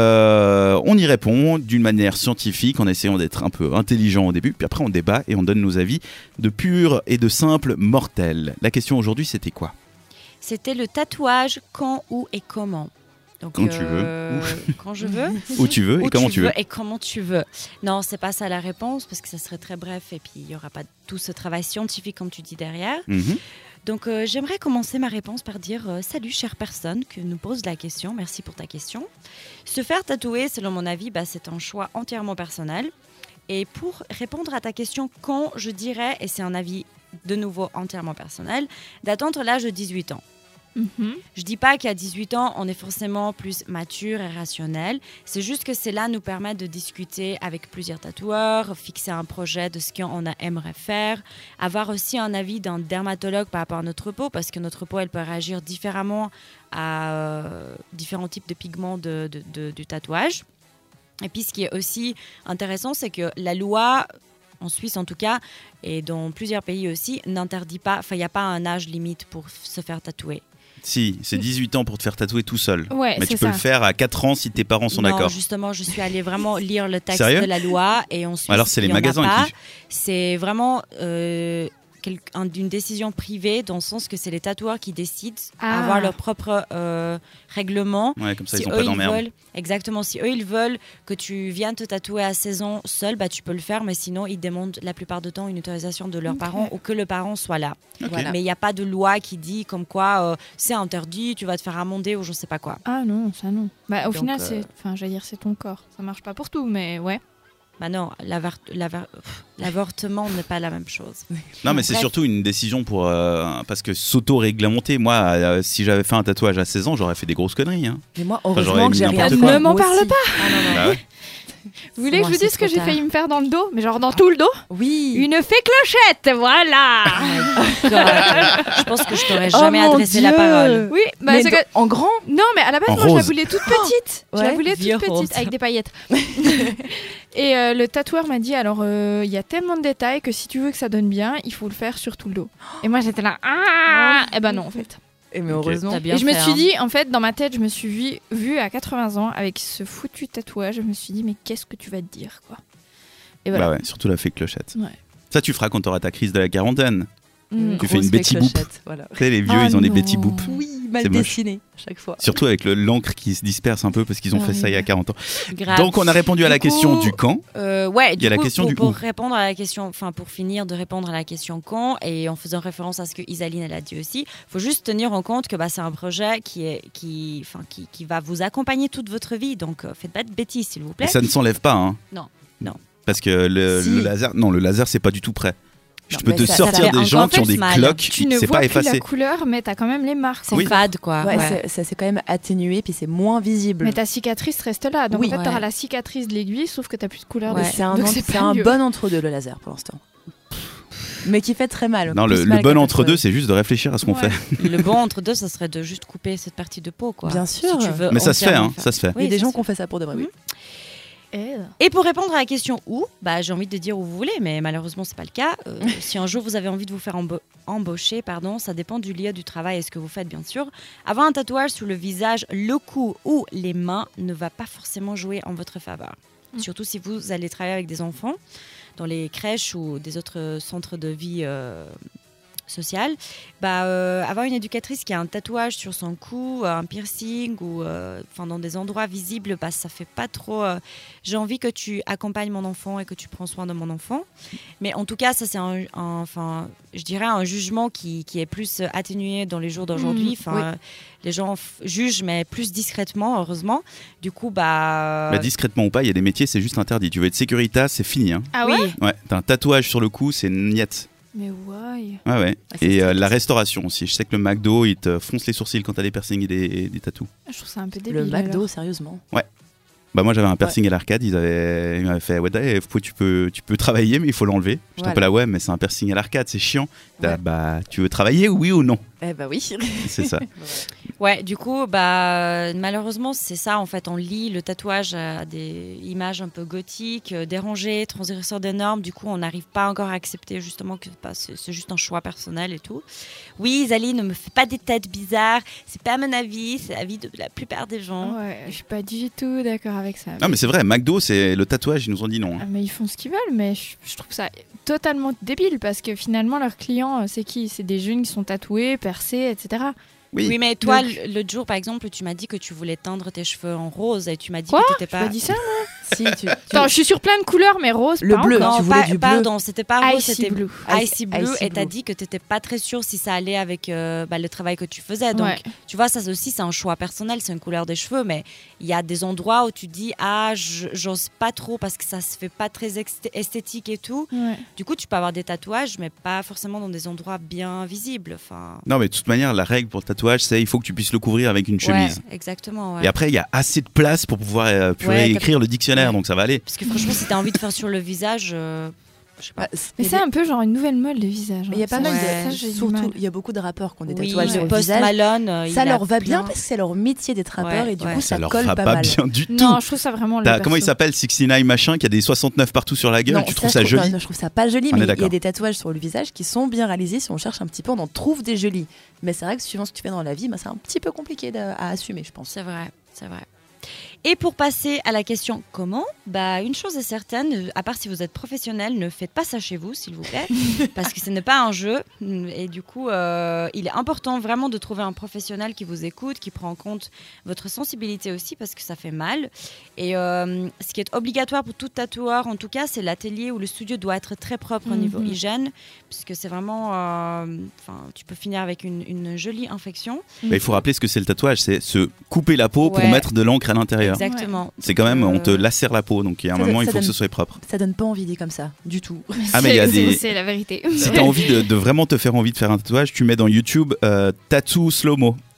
S3: euh, on y répond d'une manière scientifique en essayant d'être un peu intelligent au début, puis après on débat et on donne nos avis de purs et de simples mortels. La question aujourd'hui, c'était quoi?
S5: C'était le tatouage, quand, où et comment. Donc,
S3: Quand tu
S5: euh, quand je veux.
S3: Où tu veux et
S5: Où
S3: comment tu veux,
S5: Et comment tu veux. Non, c'est pas ça la réponse parce que ça serait très bref et puis il y aura pas tout ce travail scientifique comme tu dis derrière.
S3: Mhm.
S5: Donc euh, j'aimerais commencer ma réponse par dire euh, salut chère personne que nous pose la question, merci pour ta question. Se faire tatouer, selon mon avis, bah, c'est un choix entièrement personnel. Et pour répondre à ta question, quand je dirais, et c'est un avis de nouveau entièrement personnel, d'attendre l'âge de dix-huit ans.
S7: Mhm.
S5: Je dis pas qu'à dix-huit ans, on est forcément plus mature et rationnel. C'est juste que cela nous permet de discuter avec plusieurs tatoueurs, fixer un projet de ce qu'on a- aimerait faire, avoir aussi un avis d'un dermatologue par rapport à notre peau, parce que notre peau, elle peut réagir différemment à euh, différents types de pigments de- de- de- du tatouage. Et puis, ce qui est aussi intéressant, c'est que la loi, en Suisse en tout cas, et dans plusieurs pays aussi, n'interdit pas, enfin, il n'y a pas un âge limite pour f- se faire tatouer.
S3: Si, c'est dix-huit ans pour te faire tatouer tout seul.
S7: Ouais,
S3: Mais
S7: c'est
S3: tu peux
S7: ça.
S3: le faire à quatre ans si tes parents sont
S5: Non,
S3: d'accord.
S5: justement, je suis allée vraiment lire le texte
S3: Sérieux
S5: de la loi et on suit.
S3: Alors, c'est les magasins qui-
S5: C'est vraiment euh, quel- un- d'une décision privée dans le sens que c'est les tatoueurs qui décident
S7: Ah.
S5: avoir leur propre euh, règlement.
S3: Ouais, comme ça,
S5: Si
S3: ils ont
S5: eux,
S3: pas d'emmerde.
S5: veulent, exactement. Si eux, ils veulent que tu viennes te tatouer à seize ans seul, bah, tu peux le faire, mais sinon, ils demandent la plupart du temps une autorisation de leurs
S7: Ok.
S5: parents ou que le parent soit là.
S6: Voilà.
S5: Mais il n'y a pas de loi qui dit comme quoi euh, c'est interdit, tu vas te faire amender ou je ne sais pas quoi.
S7: Ah non, ça non. Bah, au
S5: Donc,
S7: final,
S5: euh,
S7: c'est, enfin, j'allais dire, c'est ton corps. Ça marche pas pour tout, mais ouais.
S5: Bah non, l'avar- l'avar- pff, l'avortement n'est pas la même chose.
S3: Non, mais c'est
S5: Bref.
S3: surtout une décision pour. euh, parce que s'auto-réglementer, moi, euh, si j'avais fait un tatouage à seize ans, j'aurais fait des grosses conneries. Hein.
S6: Mais moi,
S3: j'aurais
S6: heureusement que
S3: mis
S6: j'ai
S3: n'importe
S6: rien
S3: quoi.
S6: fait.
S7: Ne m'en
S6: Moi
S7: parle
S6: aussi.
S7: pas.
S5: Ah non, non.
S3: Bah ouais.
S7: Vous voulez que je
S5: Moi,
S7: vous
S5: c'est
S7: dise ce que
S5: trop
S7: j'ai
S5: tard.
S7: failli me faire dans le dos, mais genre dans tout le dos?
S6: Oui.
S7: Une fée clochette, voilà.
S5: God. Je pense que je t'aurais jamais
S6: Oh mon
S5: adressé la
S6: Dieu.
S5: parole.
S7: Oui, bah,
S6: Mais
S7: c'est
S6: dans-
S7: que-
S6: en grand.
S7: non, mais à la base,
S3: En
S7: moi, je la
S3: rose.
S7: voulais toute petite. Je la
S6: Ouais.
S7: voulais toute
S5: Vieux
S7: petite,
S5: rose.
S7: avec des paillettes. Et euh, le tatoueur m'a dit, alors, euh, il y a tellement de détails que si tu veux que ça donne bien, il faut le faire sur tout le dos. Et moi, j'étais là, ah. Eh ben non, en fait.
S6: Et mais heureusement.
S5: T'as bien
S7: Et je me
S5: fait,
S7: suis
S5: hein.
S7: dit, en fait, dans ma tête, je me suis vue vue à quatre-vingts ans avec ce foutu tatouage. Je me suis dit, mais qu'est-ce que tu vas te dire, quoi. Et voilà.
S3: Bah ouais, surtout la fée clochette.
S7: Ouais.
S3: Ça, tu feras quand t'auras ta crise de la quarantaine.
S7: Mm.
S3: Tu fais une
S6: Grosse
S3: Betty
S6: fée
S3: Boop.
S6: clochette, voilà.
S3: Tu sais, les vieux,
S7: Ah
S3: ils ont des
S7: non.
S3: Betty Boop.
S6: Oui, mal
S3: C'est moche.
S6: dessiné chaque fois.
S3: Surtout avec le- l'encre qui se disperse un peu parce qu'ils ont
S7: Ah
S3: fait
S7: oui.
S3: ça il y a quarante ans.
S5: Grave.
S3: Donc, on a répondu à
S5: Du
S3: la question
S5: coup,
S3: du quand.
S5: Euh, ouais,
S3: Il y a la
S5: coup,
S3: question
S5: pour,
S3: du
S5: pour
S3: où.
S5: répondre à la question, enfin pour finir de répondre à la question quand, et en faisant référence à ce que Isaline elle a dit aussi, faut juste tenir en compte que bah, c'est un projet qui est, qui, enfin qui, qui va vous accompagner toute votre vie, donc euh, faites pas de bêtises s'il vous plaît.
S3: Et ça ne s'enlève pas. Hein.
S5: Non, non.
S3: Parce que le,
S6: Si.
S3: le laser, non, le laser, c'est pas du tout prêt. Je
S6: Non,
S3: peux
S6: mais
S3: te
S6: ça- ça
S3: sortir
S5: fait
S3: des
S5: encore
S3: gens qui ont
S5: plus
S3: des
S5: mal.
S3: cloques,
S7: Tu ne
S3: c'est
S7: vois
S3: pas
S7: plus
S3: effacé.
S7: la couleur, mais t'as quand même les marques.
S5: C'est
S3: Oui.
S5: fade quoi.
S6: Ouais,
S5: ouais.
S6: c'est- ça s'est quand même atténué, puis c'est moins visible.
S7: Mais ta cicatrice reste là. Donc
S6: Oui.
S7: en fait,
S5: Ouais.
S7: t'auras la cicatrice de l'aiguille, sauf que t'as plus de couleur
S5: Ouais.
S7: dessus.
S6: C'est un,
S7: Donc
S6: en-
S7: c'est
S6: c'est
S7: pas
S6: un
S7: mieux.
S6: bon entre-deux le laser pour l'instant. Mais qui fait très mal.
S3: Non,
S6: plus
S3: le,
S6: mal
S3: le bon
S6: qu'un
S3: entre deux,
S6: tatouage.
S3: c'est juste de réfléchir à ce qu'on
S7: Ouais.
S3: fait.
S5: Le bon entre deux, ça serait de juste couper cette partie de peau quoi.
S6: Bien sûr.
S5: Si tu veux
S3: Mais ça se fait,
S5: entièrement
S3: hein,
S5: faire.
S3: ça se fait.
S6: Il y a
S5: Oui,
S6: des
S5: ça
S6: gens
S5: se
S6: qui ont fait ça pour de vrai. Oui.
S7: Eh.
S5: Et pour répondre à la question où, bah, j'ai envie de dire où vous voulez, mais malheureusement c'est pas le cas. Euh, si un jour vous avez envie de vous faire embo- embaucher, pardon, ça dépend du lieu du travail et ce que vous faites bien sûr. Avoir un tatouage sur le visage, le cou ou les mains ne va pas forcément jouer en votre faveur. Surtout si vous allez travailler avec des enfants dans les crèches ou des autres centres de vie euh, sociale. Bah, euh, avoir une éducatrice qui a un tatouage sur son cou, un piercing ou euh, enfin dans des endroits visibles, bah, ça fait pas trop. euh, J'ai envie que tu accompagnes mon enfant et que tu prends soin de mon enfant. Mais en tout cas, ça c'est un, un- enfin, je dirais un jugement qui, qui est plus atténué dans les jours d'aujourd'hui.
S7: Mmh,
S5: Enfin,
S7: oui.
S5: euh, les gens f- jugent, mais plus discrètement, heureusement. Du coup, bah.
S3: Bah, discrètement ou pas, il y a des métiers, c'est juste interdit. Tu veux être sécurita, c'est fini. Hein.
S7: Ah ouais?
S5: oui.
S3: Ouais, t'as un tatouage sur le cou, c'est niette.
S7: Mais why?
S3: Ouais, ouais.
S6: Ah, c'est
S3: Et euh,
S6: strict.
S3: la restauration aussi. Je sais que le McDo, il te fonce les sourcils quand t'as des piercings et des, des tatous.
S7: Je trouve ça un peu débile.
S6: Le McDo,
S7: alors.
S6: sérieusement.
S3: Bah moi j'avais un piercing à l'arcade, ils avaient, ils m'avaient fait ouais Dave, tu peux tu peux travailler mais il faut l'enlever. J'étais un peu
S6: Voilà.
S3: là ouais mais c'est un piercing à l'arcade, c'est chiant. T'as,
S6: Ouais.
S3: Bah tu veux travailler oui ou non?
S6: Eh bah oui.
S3: C'est ça.
S5: Ouais, du coup, bah, malheureusement, c'est ça. En fait, on lit le tatouage à des images un peu gothiques, euh, dérangées, transgresseurs des normes. Du coup, on n'arrive pas encore à accepter justement que bah, c'est c'est juste un choix personnel et tout. Oui, Isaline, ne me fais pas des têtes bizarres. C'est pas mon avis, c'est l'avis de la plupart des gens.
S7: Ouais, je suis pas du tout d'accord avec ça.
S3: Non mais c'est vrai, McDo c'est le tatouage, ils nous ont dit non.
S7: Ah, mais ils font ce qu'ils veulent, mais je, je trouve ça totalement débile parce que finalement leurs clients, euh, c'est qui? C'est des jeunes qui sont tatoués, percés, et cetera.
S3: Oui.
S5: Oui, mais toi,
S7: Donc-
S5: l- l'autre jour, par exemple, tu m'as dit que tu voulais teindre tes cheveux en rose et tu m'as dit
S7: Quoi?
S5: que t'étais
S7: J'ai
S5: pas.
S7: pas dit ça, moi.
S6: Si, tu, tu-
S7: Attends, je suis sur plein de couleurs, mais rose,
S6: Le
S7: pas
S6: bleu.
S7: encore.
S5: Non,
S6: tu voulais
S5: pas-
S6: du bleu.
S5: pardon, c'était pas rose,
S7: Icy
S5: c'était
S7: blue.
S5: Icy Blue.
S6: Icy
S5: Et t'as
S6: blue.
S5: dit que t'étais pas très sûre si ça allait avec euh, bah, le travail que tu faisais. Donc,
S7: Ouais.
S5: tu vois, ça c'est aussi, c'est un choix personnel, c'est une couleur des cheveux, mais il y a des endroits où tu dis, ah, je- j'ose pas trop parce que ça se fait pas très ext- esthétique et tout.
S7: Ouais.
S5: Du coup, tu peux avoir des tatouages, mais pas forcément dans des endroits bien visibles. Enfin,
S3: Non mais de toute manière la règle pour le tatouage c'est il faut que tu puisses le couvrir avec une chemise.
S5: ouais, exactement. ouais.
S3: Et après il y a assez de place pour pouvoir euh, purée,
S5: Ouais, t'as-
S3: écrire le dictionnaire
S5: Ouais.
S3: donc ça va aller.
S5: Parce que franchement, si t'as envie de faire sur le visage, euh, je sais pas.
S6: Bah, c'est-
S7: Mais
S6: il y
S7: c'est
S6: a
S7: un peu genre une nouvelle mode, les visages.
S6: des- il y a
S7: hein.
S6: pas
S7: Ça,
S6: mal
S5: ouais.
S6: de.
S7: ça, j'ai du
S6: surtout,
S7: mal.
S6: il y a beaucoup de rappeurs qui ont des
S5: Oui,
S6: tatouages sur
S5: le
S6: le
S5: Post
S6: visage.
S5: Malone, euh,
S6: Ça
S5: il
S6: leur
S5: a
S6: va bien
S5: plein.
S6: parce que c'est leur métier d'être rappeur
S5: Ouais,
S6: et du
S5: ouais.
S6: coup
S3: Ça
S6: ça
S3: leur
S6: colle
S3: va
S6: pas,
S3: pas
S6: mal.
S3: bien du tout.
S7: Non, je trouve ça vraiment le
S3: T'as- comment il
S7: perso.
S3: s'appelle soixante-neuf machin qui a des soixante-neuf partout sur la gueule,
S6: Non,
S3: tu trouves ça
S6: je trouve-
S3: joli?
S6: non, je trouve ça pas joli,
S3: On est
S6: mais il y a
S3: d'accord.
S6: des tatouages sur le visage qui sont bien réalisés. Si on cherche un petit peu, on en trouve des jolis. Mais c'est vrai que suivant ce que tu fais dans la vie, bah, c'est un petit peu compliqué d'a- à assumer, je pense.
S5: C'est vrai, c'est vrai. Et pour passer à la question comment, bah une chose est certaine, à part si vous êtes professionnel, ne faites pas ça chez vous, s'il vous plaît, parce que ce n'est pas un jeu. Et du coup, euh, il est important vraiment de trouver un professionnel qui vous écoute, qui prend en compte votre sensibilité aussi, parce que ça fait mal. Et euh, ce qui est obligatoire pour tout tatoueur, en tout cas, c'est l'atelier ou le studio doit être très propre au niveau
S7: Mhm.
S5: hygiène, puisque c'est vraiment, euh, enfin, tu peux finir avec une, une jolie infection.
S3: Bah, il faut rappeler ce que c'est le tatouage, c'est se couper la peau pour
S5: Ouais.
S3: mettre de l'encre à l'intérieur.
S5: Exactement.
S3: C'est quand même, on te
S5: Euh,
S3: lacère la peau, donc il y a un
S6: Ça
S3: moment,
S6: donne-
S3: il
S6: ça
S3: faut que ce
S6: donne-
S3: soit propre.
S6: Ça donne pas envie dit comme ça, du tout.
S3: Ah, mais il y a
S7: C'est-
S3: des-
S7: C'est la vérité.
S3: Si t'as envie de, de vraiment te faire envie de faire un tatouage, tu mets dans YouTube euh, tattoo slow-mo.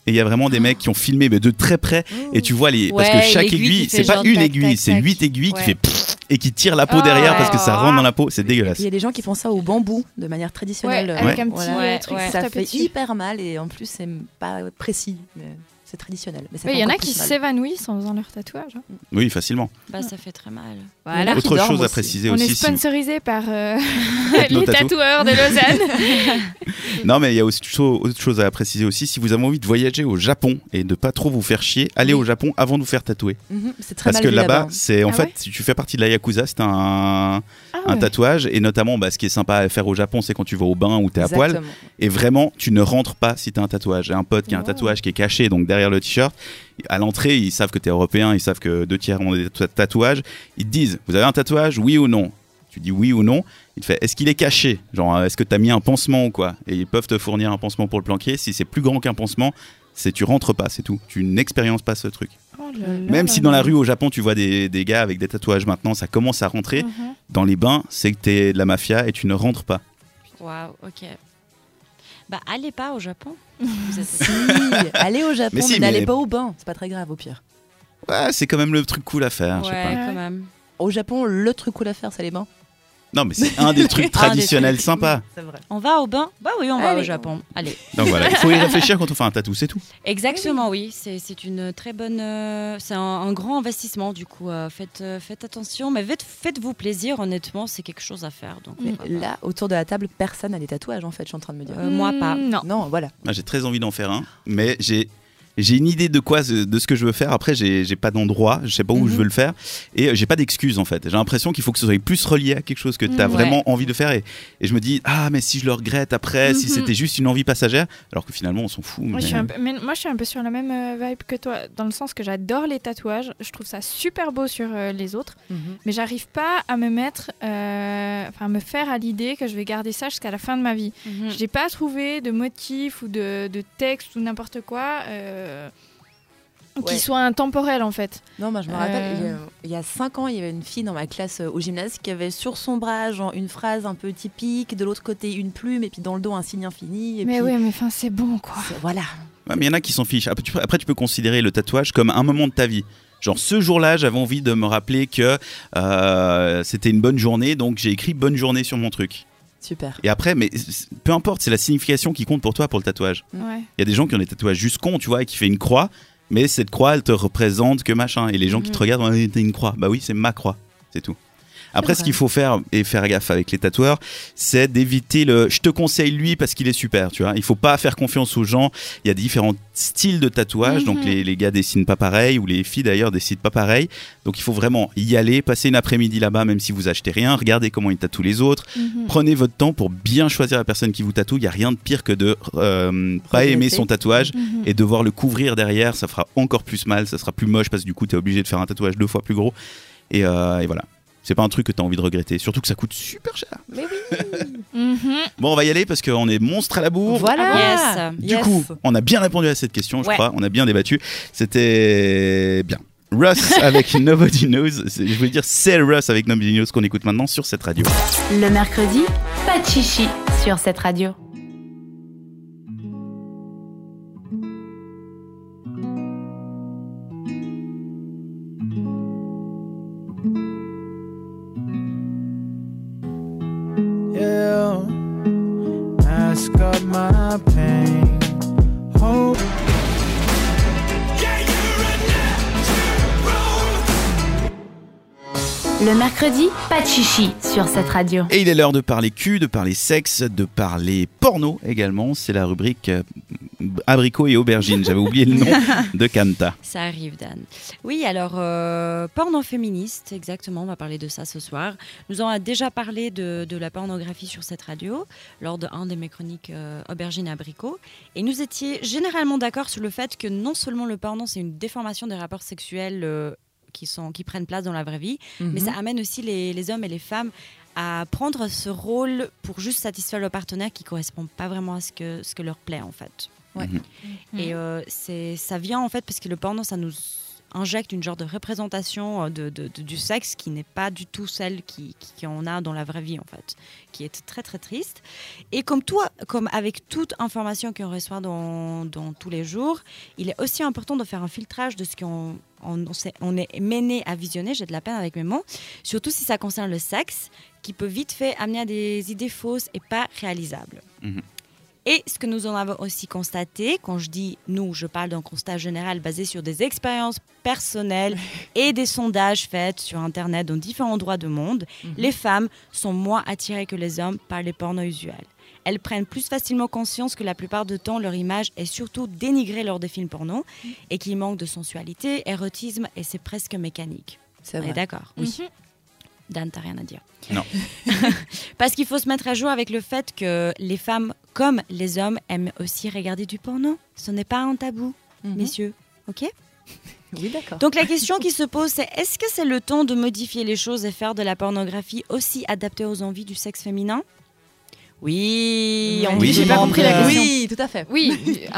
S3: et il y a vraiment des mecs qui ont filmé mais de très près et tu vois les
S5: Ouais,
S3: parce que chaque
S5: l'aiguille
S3: aiguille,
S5: qui
S3: c'est
S5: fait
S3: pas
S5: genre
S3: une
S5: tac,
S3: aiguille,
S5: tac,
S3: c'est
S5: tac.
S3: huit aiguilles
S5: Ouais.
S3: qui fait pfff et qui tire la peau
S7: Oh.
S3: derrière parce que ça rentre dans la peau, c'est dégueulasse.
S6: Il y a des gens qui font ça au bambou de manière traditionnelle.
S7: Ouais, avec
S3: Ouais.
S7: un petit
S5: Ouais,
S7: euh, truc
S5: ouais.
S7: pour
S6: Ça
S7: taper
S6: fait
S7: dessus.
S6: hyper mal et en plus c'est pas précis. Mais c'est traditionnel. Mais ça
S7: Oui,
S6: fait
S7: il y en a
S6: encore
S7: qui
S6: plus mal.
S7: s'évanouissent en faisant leur tatouage. hein.
S3: Oui, facilement.
S5: Bah, ça fait très mal.
S6: Voilà. qui
S3: Autre
S6: dorment
S3: chose à
S6: aussi.
S3: préciser
S7: On
S3: aussi.
S7: est
S3: si-
S7: sponsorisé par euh,
S3: Nos
S7: les
S3: tatous.
S7: tatoueurs de Lausanne.
S3: Non, mais il y a aussi cho- autre chose à préciser aussi. Si vous avez envie de voyager au Japon et de pas trop vous faire chier, allez
S6: Oui.
S3: au Japon avant de vous faire tatouer.
S6: Mhm, c'est très
S3: Parce
S6: mal
S3: que
S6: vu
S3: là-bas, c'est en
S7: Ah
S3: fait,
S7: ouais
S3: si tu fais partie de la Yakuza, c'est un,
S7: Ah
S3: un
S7: ouais.
S3: tatouage. Et notamment, bah, ce qui est sympa à faire au Japon, c'est quand tu vas au bain ou t'es à poil.
S6: Exactement.
S3: Et vraiment, tu ne rentres pas si t'as un tatouage. J'ai un pote qui a un
S7: Oh.
S3: tatouage qui est caché, donc derrière le t-shirt. À l'entrée, ils savent que t'es européen, ils savent que deux tiers ont des tat- tatouages. Ils te disent, vous avez un tatouage, oui ou non? Tu dis oui ou non. Il te fait, est-ce qu'il est caché? Genre, est-ce que t'as mis un pansement ou quoi? Et ils peuvent te fournir un pansement pour le planquer. Si c'est plus grand qu'un pansement, c'est tu rentres pas, c'est tout. Tu n'expériences pas ce truc.
S7: Oh là là
S3: Même
S7: là
S3: si dans la
S7: là.
S3: rue au Japon, tu vois des, des gars avec des tatouages maintenant, ça commence à rentrer.
S7: Mhm.
S3: Dans les bains, c'est que t'es de la mafia et tu ne rentres pas.
S5: Waouh, ok. Bah, allez pas au Japon. Vous êtes-
S6: Si, allez au Japon,
S3: Mais
S6: mais,
S3: si,
S6: n'allez
S3: mais-
S6: pas au bain. C'est pas très grave au pire.
S3: Ouais, c'est quand même le truc cool à faire. je sais pas.
S5: Ouais,
S7: pas.
S5: quand même.
S6: Au Japon, le truc cool à faire, c'est les bains.
S3: Non, mais c'est un des trucs traditionnels sympas.
S6: C'est vrai.
S5: On va au bain? Bah oui, on va
S6: Allez.
S5: au Japon. Allez.
S3: Donc voilà, il faut y réfléchir quand on fait un tatou, c'est tout.
S5: Exactement, oui. C'est c'est une très bonne. euh, c'est un, un grand investissement, du coup. euh, faites, euh, faites attention, mais faites, faites-vous plaisir, honnêtement, c'est quelque chose à faire. Donc,
S6: Mais
S5: pourquoi pas.
S6: là, autour de la table, personne n'a des tatouages en fait, je suis en train de me dire.
S5: Euh, moi, pas.
S7: Non.
S6: Non, voilà.
S3: Moi, j'ai très envie d'en faire un, mais j'ai j'ai une idée de quoi, de ce que je veux faire. Après, j'ai j'ai pas d'endroit, je sais pas où
S6: Mhm.
S3: je veux le faire, et euh, j'ai pas d'excuses en fait. J'ai l'impression qu'il faut que ce soit plus relié à quelque chose que tu as
S7: Mhm.
S3: vraiment envie de faire, et, et je me dis ah mais si je le regrette après, si
S7: Mhm.
S3: c'était juste une envie passagère, alors que finalement on s'en fout.
S7: Moi,
S3: mais-
S7: je suis un peu, mais moi, je suis un peu sur la même euh, vibe que toi, dans le sens que j'adore les tatouages. Je trouve ça super beau sur euh, les autres, mais j'arrive pas à me mettre, euh, enfin, à me faire à l'idée que je vais garder ça jusqu'à la fin de ma vie.
S5: Mhm.
S7: Je n'ai pas trouvé de motif ou de, de texte ou n'importe quoi euh,
S6: Ouais.
S7: qui soit intemporel en fait.
S6: Non, moi je me rappelle,
S7: Euh.
S6: il y a- il y a cinq ans, il y avait une fille dans ma classe euh, au gymnase qui avait sur son bras genre, une phrase un peu typique, de l'autre côté une plume, et puis dans le dos un signe infini. Et
S7: mais
S6: puis,
S7: oui, mais enfin, c'est bon quoi.
S6: c'est- Voilà.
S3: Ouais, mais il y en a qui s'en fichent. Après tu, peux, après, tu peux considérer le tatouage comme un moment de ta vie. Genre, ce jour-là, j'avais envie de me rappeler que euh, c'était une bonne journée, donc j'ai écrit bonne journée sur mon truc.
S6: Super.
S3: Et après, mais c- peu importe, c'est la signification qui compte pour toi pour le tatouage.
S7: Ouais.
S3: Il y a des gens qui ont des tatouages juste cons, tu vois, et qui fait une croix, mais cette croix, elle te représente que machin. Et les gens qui te regardent, ouais, t'as une croix. Bah oui, c'est ma croix, c'est tout. Après, ce
S6: vrai.
S3: qu'il faut faire, et faire gaffe avec les tatoueurs, c'est d'éviter le je te conseille lui parce qu'il est super, tu vois. Il faut pas faire confiance aux gens. Il y a différents styles de tatouage, donc
S7: Mhm.
S3: les, les gars dessinent pas pareil, ou les filles d'ailleurs dessinent pas pareil. Donc il faut vraiment y aller, passer une après-midi là-bas, même si vous achetez rien, regardez comment ils tatouent les autres.
S7: Mhm.
S3: Prenez votre temps pour bien choisir la personne qui vous tatoue. Il y a rien de pire que de euh, pas
S6: Regretter.
S3: aimer son tatouage
S7: Mhm.
S3: et devoir le couvrir derrière. Ça fera encore plus mal, ça sera plus moche parce que du coup, tu es obligé de faire un tatouage deux fois plus gros. Et, euh, et voilà. C'est pas un truc que tu as envie de regretter. Surtout que ça coûte super cher.
S6: Mais oui.
S7: Mhm.
S3: Bon, on va y aller parce qu'on est monstre à la bourre.
S6: Voilà.
S5: Yes.
S3: Du
S6: Yes.
S3: coup, on a bien répondu à cette question, je
S5: Ouais.
S3: crois. On a bien débattu. C'était bien. Russ avec Nobody Knows. C'est- Je voulais dire, c'est Russ avec Nobody Knows qu'on écoute maintenant sur cette radio.
S4: Le mercredi, pas de chichi sur cette radio.
S9: Yeah, mask up my pain. Hope.
S4: Le mercredi, pas de chichi sur cette radio.
S3: Et il est l'heure de parler cul, de parler sexe, de parler porno également. C'est la rubrique euh, abricot et aubergine. J'avais oublié le nom de Kanta.
S5: Ça arrive, Dan. Oui, alors, euh, porno féministe, exactement, on va parler de ça ce soir. Nous avons déjà parlé de, de la pornographie sur cette radio, lors de un de mes chroniques euh, aubergine et abricot. Et nous étions généralement d'accord sur le fait que non seulement le porno, c'est une déformation des rapports sexuels euh, qui, sont, qui prennent place dans la vraie vie,
S6: Mhm.
S5: mais ça amène aussi les, les hommes et les femmes à prendre ce rôle pour juste satisfaire leur partenaire qui ne correspond pas vraiment à ce que, ce que leur plaît, en fait.
S6: Ouais.
S3: Mhm.
S5: Et euh, c'est, ça vient en fait parce que le porno, ça nous injectent une genre de représentation de, de, de, du sexe qui n'est pas du tout celle qui, qui, qu'on a dans la vraie vie, en fait, qui est très, très triste. Et comme, tout, comme avec toute information qu'on reçoit dans, dans tous les jours, il est aussi important de faire un filtrage de ce qu'on on, on est mené à visionner. J'ai de la peine avec mes mots, surtout si ça concerne le sexe, qui peut vite fait amener à des idées fausses et pas réalisables. Mmh. Et ce que nous en avons aussi constaté, quand je dis nous, je parle d'un constat général basé sur des expériences personnelles et des sondages faits sur Internet dans différents endroits du monde, mmh. les femmes sont moins attirées que les hommes par les pornos usuels. Elles prennent plus facilement conscience que la plupart du temps, leur image est surtout dénigrée lors des films porno mmh. et qu'il manque de sensualité, érotisme et c'est presque mécanique.
S6: C'est
S5: On
S6: vrai.
S5: est d'accord?
S6: Oui.
S5: Mmh. Dan, t'as rien à dire.
S3: Non.
S5: Parce qu'il faut se mettre à jour avec le fait que les femmes, comme les hommes, aiment aussi regarder du porno. Ce n'est pas un tabou, mm-hmm. messieurs. Ok ?
S6: Oui, d'accord.
S5: Donc la question qui se pose, c'est est-ce que c'est le temps de modifier les choses et faire de la pornographie aussi adaptée aux envies du sexe féminin ? Oui, on
S3: oui.
S7: J'ai pas compris la question.
S6: Oui, tout à fait.
S7: Oui, hein ?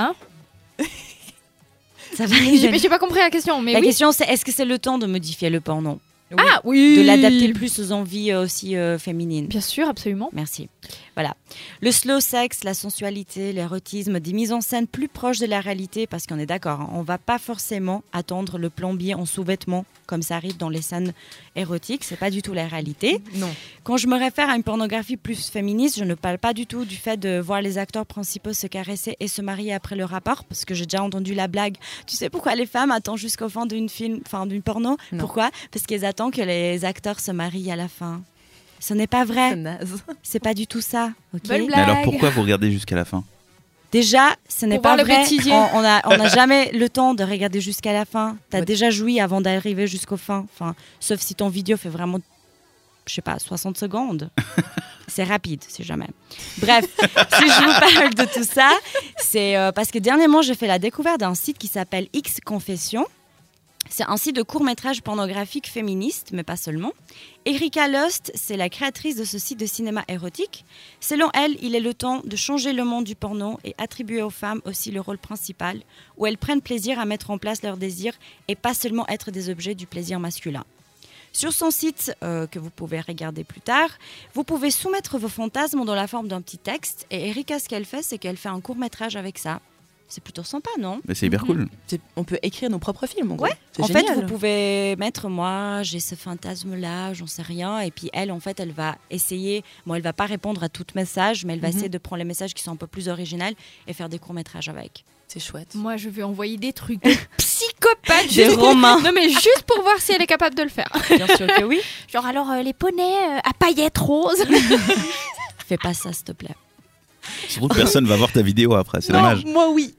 S5: Ça va,
S7: j'ai, j'ai pas compris la question, mais
S5: la
S7: oui.
S5: question c'est est-ce que c'est le temps de modifier le porno ?
S7: Oui. Ah oui.
S5: De l'adapter plus aux envies euh, aussi euh, féminines.
S7: Bien sûr, absolument.
S5: Merci. Voilà. Le slow sex, la sensualité, l'érotisme, des mises en scène plus proches de la réalité, parce qu'on est d'accord, hein, on va pas forcément attendre le plombier en sous-vêtements comme ça arrive dans les scènes érotiques, c'est pas du tout la réalité.
S6: Non.
S5: Quand je me réfère à une pornographie plus féministe, je ne parle pas du tout du fait de voir les acteurs principaux se caresser et se marier après le rapport, parce que j'ai déjà entendu la blague. Tu sais pourquoi les femmes attendent jusqu'au fin d'une film, enfin d'une porno ?
S6: Non.
S5: Pourquoi ? Parce qu'elles attendent que les acteurs se marient à la fin. Ce n'est pas vrai.
S6: C'est naze.
S5: C'est pas du tout ça. Ok.
S7: Bonne
S3: Mais
S7: blague.
S3: alors pourquoi vous regardez jusqu'à la fin ?
S5: Déjà, ce n'est
S7: Pour
S5: pas
S7: voir le
S5: vrai.
S7: bêtisier.
S5: On, on a, on n'a jamais le temps de regarder jusqu'à la fin. T'as
S6: Ouais.
S5: déjà joui avant d'arriver jusqu'au fin. Enfin, sauf si ton vidéo fait vraiment, je sais pas, soixante secondes. C'est rapide, si jamais. Bref, si je vous parle de tout ça, c'est euh, parce que dernièrement, j'ai fait la découverte d'un site qui s'appelle X Confessions. C'est un site de court-métrage pornographique féministe, mais pas seulement. Erika Lust, c'est la créatrice de ce site de cinéma érotique. Selon elle, il est le temps de changer le monde du porno et attribuer aux femmes aussi le rôle principal, où elles prennent plaisir à mettre en place leurs désirs et pas seulement être des objets du plaisir masculin. Sur son site, euh, que vous pouvez regarder plus tard, vous pouvez soumettre vos fantasmes dans la forme d'un petit texte. Et Erika, ce qu'elle fait, c'est qu'elle fait un court-métrage avec ça. C'est plutôt sympa, non ?
S3: Mais c'est hyper cool.
S6: C'est- On peut écrire nos propres films, en gros.
S5: Ouais.
S6: C'est
S5: En
S6: génial.
S5: fait, vous pouvez mettre moi, j'ai ce fantasme-là, j'en sais rien. Et puis elle, en fait, elle va essayer. Bon, elle va pas répondre à tout message, mais elle va
S6: Mhm.
S5: essayer de prendre les messages qui sont un peu plus originaux et faire des courts-métrages avec.
S6: C'est chouette.
S7: Moi, je vais envoyer des trucs de psychopathe.
S5: Des
S7: juste-
S5: romans.
S7: Non, mais juste pour voir si elle est capable de le faire.
S5: Bien sûr que oui.
S7: Genre, alors, euh, les poneys euh, à paillettes roses.
S5: Fais pas ça, s'il te plaît.
S3: Surtout que personne va voir ta vidéo après, c'est
S6: Non,
S3: dommage.
S6: Moi, oui.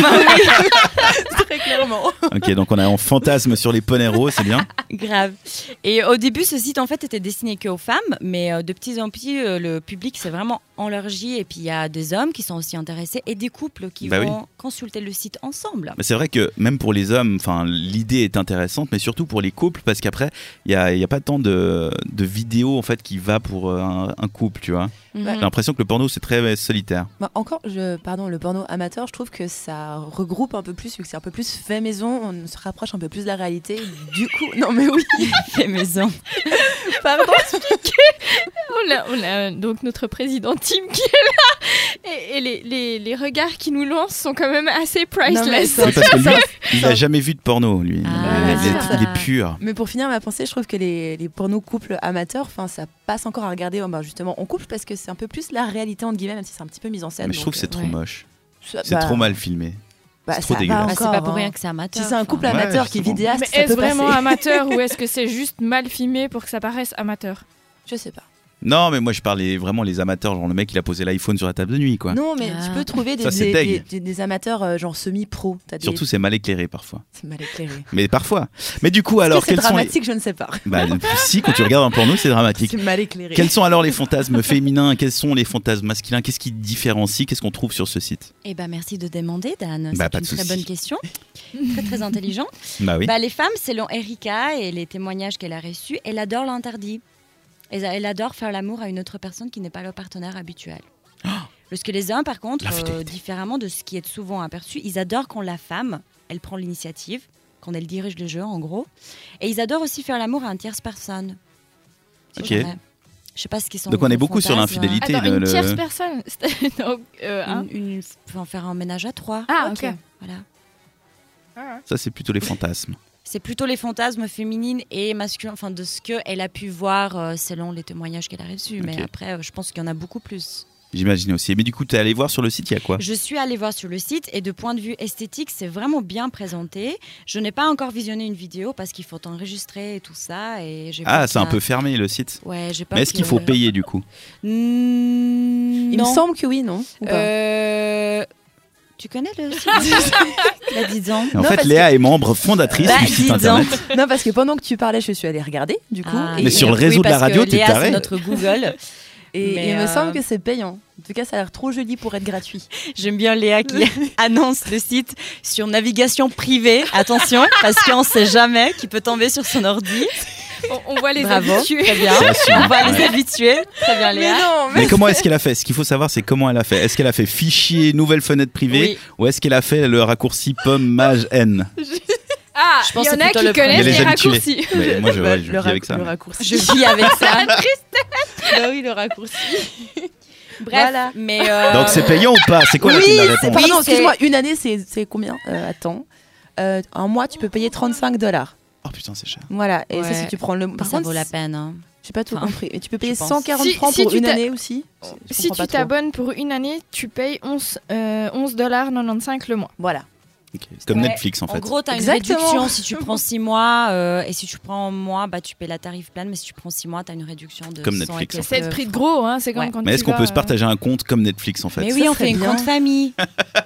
S6: Très clairement.
S3: Ok, donc on a un fantasme sur les poneys roses, c'est bien.
S5: Grave. Et au début, ce site en fait était destiné qu'aux femmes, mais euh, de petit en petit, euh, le public s'est vraiment élargi. Et puis il y a des hommes qui sont aussi intéressés et des couples qui
S3: Bah
S5: vont
S3: oui.
S5: consulter le site ensemble.
S3: Mais c'est vrai que même pour les hommes, enfin, l'idée est intéressante, mais surtout pour les couples, parce qu'après, il n'y a, il y a pas tant de, de vidéos en fait, qui va pour euh, un, un couple, tu vois.
S5: Mhm.
S3: J'ai l'impression que le porno, c'est très solitaire.
S6: Bah, encore, je, pardon, le porno amateur, je trouve que ça regroupe un peu plus, vu que c'est un peu plus fait maison, on se rapproche un peu plus de la réalité. Du coup, non mais oui,
S5: Fait maison.
S6: pardon.
S7: On a, on a donc notre président Tim qui est là. Et, et les, les, les regards qui nous lancent sont quand même assez
S6: Non,
S7: priceless.
S6: mais ça-
S3: C'est parce que lui,
S6: ça-
S3: il n'a jamais vu de porno, lui.
S5: Ah,
S3: il, est,
S6: c'est ça.
S3: il est pur.
S6: Mais pour finir ma pensée, je trouve que les, les pornos couples amateurs, enfin, ça passe encore à regarder oh, bah, justement en couple parce que c'est un peu plus la réalité entre guillemets, même si c'est un petit peu mis en scène.
S3: Mais je trouve
S6: donc,
S3: que c'est trop
S6: euh,
S3: moche.
S6: ça-
S3: C'est
S6: bah,
S3: trop mal filmé.
S6: bah,
S3: c'est trop
S6: ça va
S3: dégueulasse.
S5: Ah, c'est
S6: encore,
S5: pas pour
S6: hein.
S5: rien que c'est amateur.
S6: Si c'est un couple
S5: enfin.
S6: amateur
S3: Ouais,
S6: qui est
S3: justement.
S6: vidéaste,
S7: Mais
S6: ça
S7: est-ce
S6: peut
S7: vraiment
S6: passer.
S7: amateur ou est-ce que c'est juste mal filmé pour que ça paraisse amateur ?
S6: Je sais pas.
S3: Non, mais moi je parlais vraiment les amateurs, genre le mec il a posé l'iPhone sur la table de nuit, quoi.
S6: Non, mais
S5: Ah.
S6: tu peux trouver des,
S3: Ça, c'est
S6: des,
S3: deg.
S6: des- des- des amateurs euh, genre semi-pro. T'as des-
S3: Surtout c'est mal éclairé parfois.
S6: c'est mal éclairé.
S3: Mais parfois. Mais du coup,
S6: Est-ce
S3: alors
S6: que c'est
S3: quels sont les...
S6: dramatique, je ne sais pas.
S3: Bah, si, quand tu regardes un porno, c'est dramatique.
S6: C'est mal éclairé.
S3: Quels sont alors les fantasmes féminins? Quels sont les fantasmes masculins? Qu'est-ce qui différencie? Qu'est-ce qu'on trouve sur ce site?
S5: Eh ben, merci de demander, Dan.
S3: Bah,
S5: c'est
S3: pas
S5: une
S3: de
S5: très
S3: souci.
S5: bonne question. très, très intelligent.
S3: Bah oui.
S5: Bah, les femmes, selon Erika et les témoignages qu'elle a reçus, elle adore l'interdit. Elle, elle adore faire l'amour à une autre personne qui n'est pas leur partenaire habituel. Lorsque les hommes, par contre,
S3: L'infidélité.
S5: euh, différemment de ce qui est souvent aperçu, ils adorent quand la femme, elle prend l'initiative, quand elle dirige le jeu, en gros. Et ils adorent aussi faire l'amour à une tierce personne. Si
S3: Ok.
S5: jamais. Je sais pas ce qu'ils sont.
S3: Donc on est
S5: vos
S3: beaucoup sur
S5: fantasmes.
S3: l'infidélité.
S7: Attends,
S3: le-
S7: une
S3: le-
S7: tierce personne. Donc, euh, hein.
S5: Une, une, enfin, faire un ménage à trois.
S7: Ah, ok.
S5: Voilà.
S3: Ça, c'est plutôt les fantasmes.
S5: C'est plutôt les fantasmes féminines et masculins, enfin de ce qu'elle a pu voir euh, selon les témoignages qu'elle a reçus. Mais
S3: Ok.
S5: après, euh, je pense qu'il y en a beaucoup plus.
S3: J'imagine aussi. Mais du coup, t'es allé voir sur le site, il y a quoi?
S5: Je suis allée voir sur le site et de point de vue esthétique, c'est vraiment bien présenté. Je n'ai pas encore visionné une vidéo parce qu'il faut enregistrer et tout ça. Et j'ai
S3: Ah,
S5: pas
S3: c'est un
S5: ça-
S3: peu fermé le site.
S5: Ouais, j'ai pas.
S3: Mais est-ce qu'il faut payer du coup?
S5: Mmh,
S6: Il
S5: non.
S6: me semble que oui, non Ou pas
S5: Euh, Tu connais le site? Bah, dis donc.
S3: Et en
S6: Non,
S3: fait,
S6: parce
S3: Léa est membre fondatrice
S5: Bah,
S3: du site
S5: dis donc.
S3: internet.
S6: Non, parce que pendant que tu parlais, je suis allée regarder, du coup.
S5: Ah,
S3: Mais sur le réseau
S5: oui,
S3: de la
S5: parce que
S3: radio, t'es
S5: Léa,
S3: taré.
S5: c'est notre Google.
S6: Et
S5: Mais,
S6: il me
S5: euh,
S6: semble que c'est payant. En tout cas, ça a l'air trop joli pour être gratuit.
S5: J'aime bien Léa qui annonce le site sur navigation privée. Attention, parce qu'on ne sait jamais qui peut tomber sur son ordi.
S7: On, on voit les
S5: Bravo,
S7: habitués.
S5: très bien.
S3: C'est assumé.
S5: On va les
S3: Ouais.
S5: habituer. Très bien, Léa.
S7: non,
S3: Mais comment est-ce qu'elle a fait? Ce qu'il faut savoir, c'est comment elle a fait. Est-ce qu'elle a fait fichier, nouvelle fenêtre privée,
S5: Oui.
S3: ou est-ce qu'elle a fait le raccourci pomme mage n?
S7: Ah,
S5: Je pense
S7: il y en
S5: que
S7: a
S5: c'est
S7: qui
S5: plutôt le
S7: connaissent
S3: premier.
S7: les
S3: Les habitués.
S7: raccourcis.
S3: Mais moi, je, ouais, je
S6: le,
S3: vis avec ça.
S6: le
S3: mais-
S6: raccourci.
S5: Je vis avec ça.
S6: Bah oui, le raccourci.
S5: Bref,
S6: Voilà.
S5: mais euh,
S3: Donc c'est payant ou pas? C'est quoi la,
S6: Oui,
S3: la
S6: c'est
S3: réponse?
S6: pardon,
S5: Oui, c'est-
S6: excuse-moi, une année, c'est c'est combien Euh, Attends. Euh, un mois, tu peux payer trente-cinq dollars.
S3: Oh putain, c'est cher.
S6: Voilà, et ça,
S5: Ouais.
S6: si tu prends le. Par
S5: ça
S6: contre,
S5: vaut la peine. hein.
S6: j'ai pas tout
S5: Enfin,
S6: compris. Mais tu peux payer
S5: je pense.
S6: cent quarante
S7: Si-
S6: francs
S7: si
S6: pour
S7: tu
S6: une
S7: t'a-
S6: année aussi. Je
S7: Si
S6: comprends
S7: tu
S6: pas trop.
S7: t'abonnes pour une année, tu payes onze dollars quatre-vingt-quinze le mois.
S6: Voilà.
S3: Ok. C'est comme
S5: Ouais.
S3: Netflix en fait.
S5: En gros, tu as une
S6: Exactement.
S5: réduction si tu prends six mois. euh, et si tu prends un mois, bah, tu payes la tarif pleine. Mais si tu prends six mois, tu as une réduction de
S3: Comme
S5: cent
S3: Netflix,
S5: et
S3: en
S5: quelques
S7: C'est le prix de
S5: francs.
S7: gros, hein, c'est comme
S5: Ouais.
S7: quand
S3: Mais
S7: tu
S3: est-ce qu'on
S7: vas,
S3: peut se
S7: euh,
S3: partager un compte comme Netflix en fait?
S5: Mais
S6: Ça
S5: oui, on
S6: serait
S5: fait une
S6: bien.
S5: grande famille.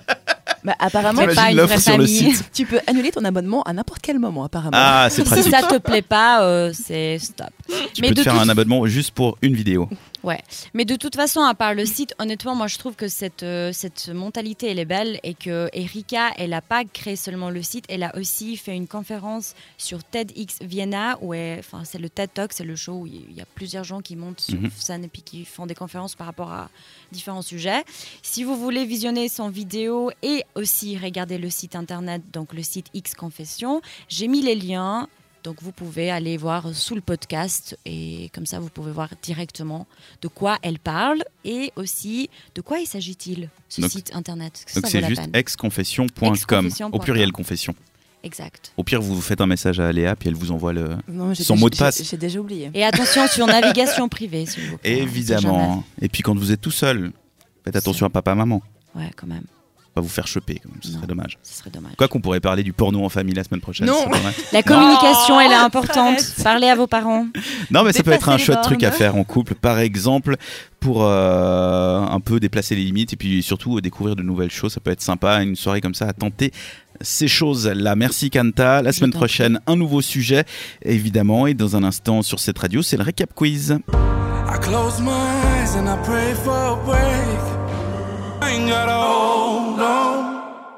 S6: Bah, apparemment,
S5: C'est pas
S3: T'imagines
S5: une
S3: l'offre
S5: vraie
S3: sur le
S5: famille.
S3: site?
S6: tu peux annuler ton abonnement à n'importe quel moment, apparemment.
S3: Ah, c'est
S5: Si
S3: pratique.
S5: ça te plaît pas, euh, c'est stop.
S3: Tu
S5: Mais
S3: peux te
S5: de
S3: faire
S5: toute-
S3: un abonnement juste pour une vidéo.
S5: Ouais, mais de toute façon, à part le site, honnêtement, moi je trouve que cette, euh, cette mentalité elle est belle et que Erika, elle n'a pas créé seulement le site, elle a aussi fait une conférence sur TEDx Vienna, où elle- enfin, c'est le TED Talk, c'est le show où il y a plusieurs gens qui montent sur
S3: Mhm.
S5: scène et puis qui font des conférences par rapport à différents sujets. Si vous voulez visionner son vidéo et aussi regarder le site internet, donc le site X Confession, j'ai mis les liens. Donc vous pouvez aller voir sous le podcast et comme ça vous pouvez voir directement de quoi elle parle et aussi de quoi il s'agit-il, ce
S3: Donc-
S5: site internet. Ça
S3: Donc
S5: vaut
S3: c'est
S5: la
S3: juste
S5: peine.
S3: exconfession point com.
S5: exconfession
S3: Au
S5: point
S3: pluriel,
S5: com.
S3: confession.
S5: Exact.
S3: Au pire, vous vous faites un message à Léa, puis elle vous envoie le.
S6: Non, j'ai
S3: Son
S6: déjà-
S3: mot de
S6: j'ai-
S3: passe.
S6: J'ai déjà oublié.
S5: Et attention sur navigation privée, s'il vous plaît.
S3: Évidemment. Et puis quand vous êtes tout seul, faites attention à papa, maman.
S5: On sait jamais. Ouais, quand même.
S3: Pas vous faire choper, quand même. Ce
S5: Non.
S3: serait dommage.
S5: Ce serait dommage.
S3: Quoi qu'on pourrait parler du porno en famille la semaine prochaine.
S6: Non.
S3: ce serait pas mal.
S5: La communication,
S6: Oh,
S5: elle est importante.
S6: arrête.
S5: Parlez à vos parents.
S3: Non, mais ça peut être un
S6: Dépasser les
S3: chouette truc à
S6: bornes.
S3: faire en couple, par exemple, pour euh, un peu déplacer les limites et puis surtout euh, découvrir de nouvelles choses. Ça peut être sympa, une soirée comme ça, à tenter ces choses-là. Merci Kanta. La semaine
S5: t'en
S3: prochaine, un nouveau sujet, évidemment. Et dans un instant, sur cette radio, c'est le récap quiz.
S9: I close my eyes and I pray for a break. I ain't got a hold on.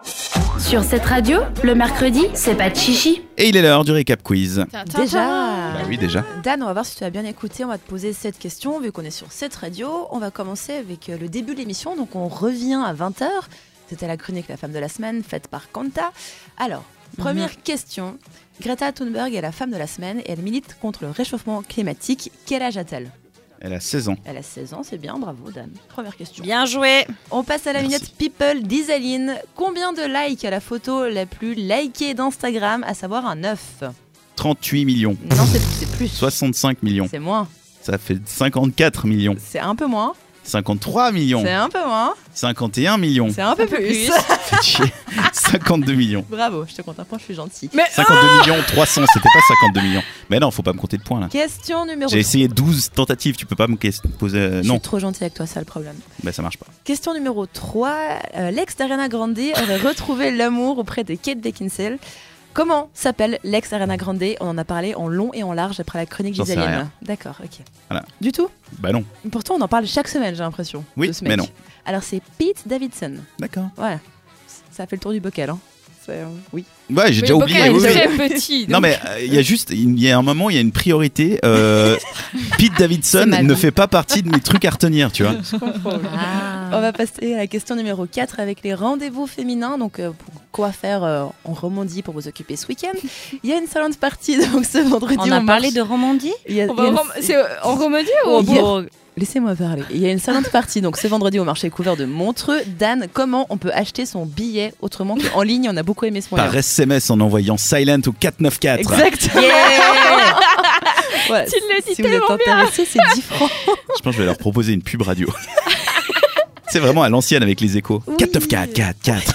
S4: Sur cette radio, le mercredi, c'est pas de chichi.
S3: Et il est l'heure du récap quiz.
S6: Déjà.
S3: Bah oui, déjà.
S6: Dan, on va voir si tu as bien écouté. On va te poser cette question. Vu qu'on est sur cette radio, on va commencer avec euh, le début de l'émission. Donc, on revient à vingt heures. C'était la chronique La femme de la semaine, faite par Kanta. Alors, première question. Greta Thunberg est la femme de la semaine et elle milite contre le réchauffement climatique. Quel âge a-t-elle ?
S3: Elle a seize ans.
S6: Elle a seize ans, c'est bien, bravo Dan. Première question.
S5: Bien joué.
S6: On passe à la
S3: Merci.
S6: minute People d'Isaline. Combien de likes à la photo la plus likée d'Instagram, à savoir un neuf ?
S3: trente-huit millions.
S6: Non, c'est c'est plus.
S3: soixante-cinq millions.
S6: C'est moins.
S3: Ça fait cinquante-quatre millions.
S6: C'est un peu moins.
S3: cinquante-trois millions.
S6: C'est un peu moins.
S3: cinquante et un millions.
S6: C'est un peu plus.
S3: Faites chier. cinquante-deux millions.
S6: Bravo, je te compte un point, je suis gentille.
S7: Mais
S3: cinquante-deux millions trois cents, c'était pas cinquante-deux millions. Mais non, faut pas me compter de points là.
S6: Question numéro
S3: J'ai essayé douze tentatives, tu peux pas me ques- poser. euh,
S6: Je
S3: non,
S6: suis trop gentille avec toi, c'est ça le problème.
S3: bah ça marche pas.
S6: Question numéro trois. Euh, l'ex d'Ariana Grande aurait retrouvé l'amour auprès de Kate Beckinsale. Comment s'appelle l'ex Ariana Grande ? On en a parlé en long et en large après la chronique
S3: J'en sais
S6: d'Isaline.
S3: rien.
S6: D'accord, ok.
S3: Voilà.
S6: Du tout ?
S3: Bah non.
S6: Pourtant, on en parle chaque semaine, j'ai l'impression.
S3: Oui,
S6: de ce mec.
S3: mais non.
S6: Alors, c'est Pete Davidson.
S3: D'accord.
S6: Voilà. Ça a fait le tour du bocal. Hein. c'est... Oui.
S3: Ouais, j'ai
S7: Mais
S3: déjà
S7: le
S3: oublié.
S7: bocal
S3: oui,
S7: est
S3: oui.
S7: très petit.
S3: Non
S7: donc-
S3: mais euh, il y a juste, il y a un moment, il y a une priorité. Euh, Pete Davidson
S5: C'est ma
S3: ne
S5: vie.
S3: fait pas partie de mes trucs à retenir, tu vois.
S5: Ah.
S6: On va passer à la question numéro quatre avec les rendez-vous féminins. Donc, euh, pour quoi faire euh, en Romandie pour vous occuper ce week-end. Il y a une salon de partie donc ce vendredi.
S5: On a
S6: au
S5: parlé
S6: marché-
S5: de Romandie.
S6: Il y a-
S7: On
S6: il
S7: va
S6: y a
S7: au
S6: une-
S7: Rom- C'est euh, en Romandie ou au
S6: Il y a-
S7: Bourg?
S6: Laissez-moi parler. Il y a une salon de partie donc ce vendredi au marché couvert de Montreux. Dan, comment on peut acheter son billet autrement qu'en ligne? On a beaucoup aimé ce moyen.
S3: Par S M S en envoyant Silent au quatre neuf quatre.
S6: Exact. Voilà.
S7: Tu le dis
S6: Si vous êtes
S7: tellement bien.
S6: intéressé, c'est dix francs.
S3: Je pense que je vais leur proposer une pub radio. C'est vraiment à l'ancienne avec les échos.
S6: Oui.
S3: quatre neuf quatre, quatre, quatre.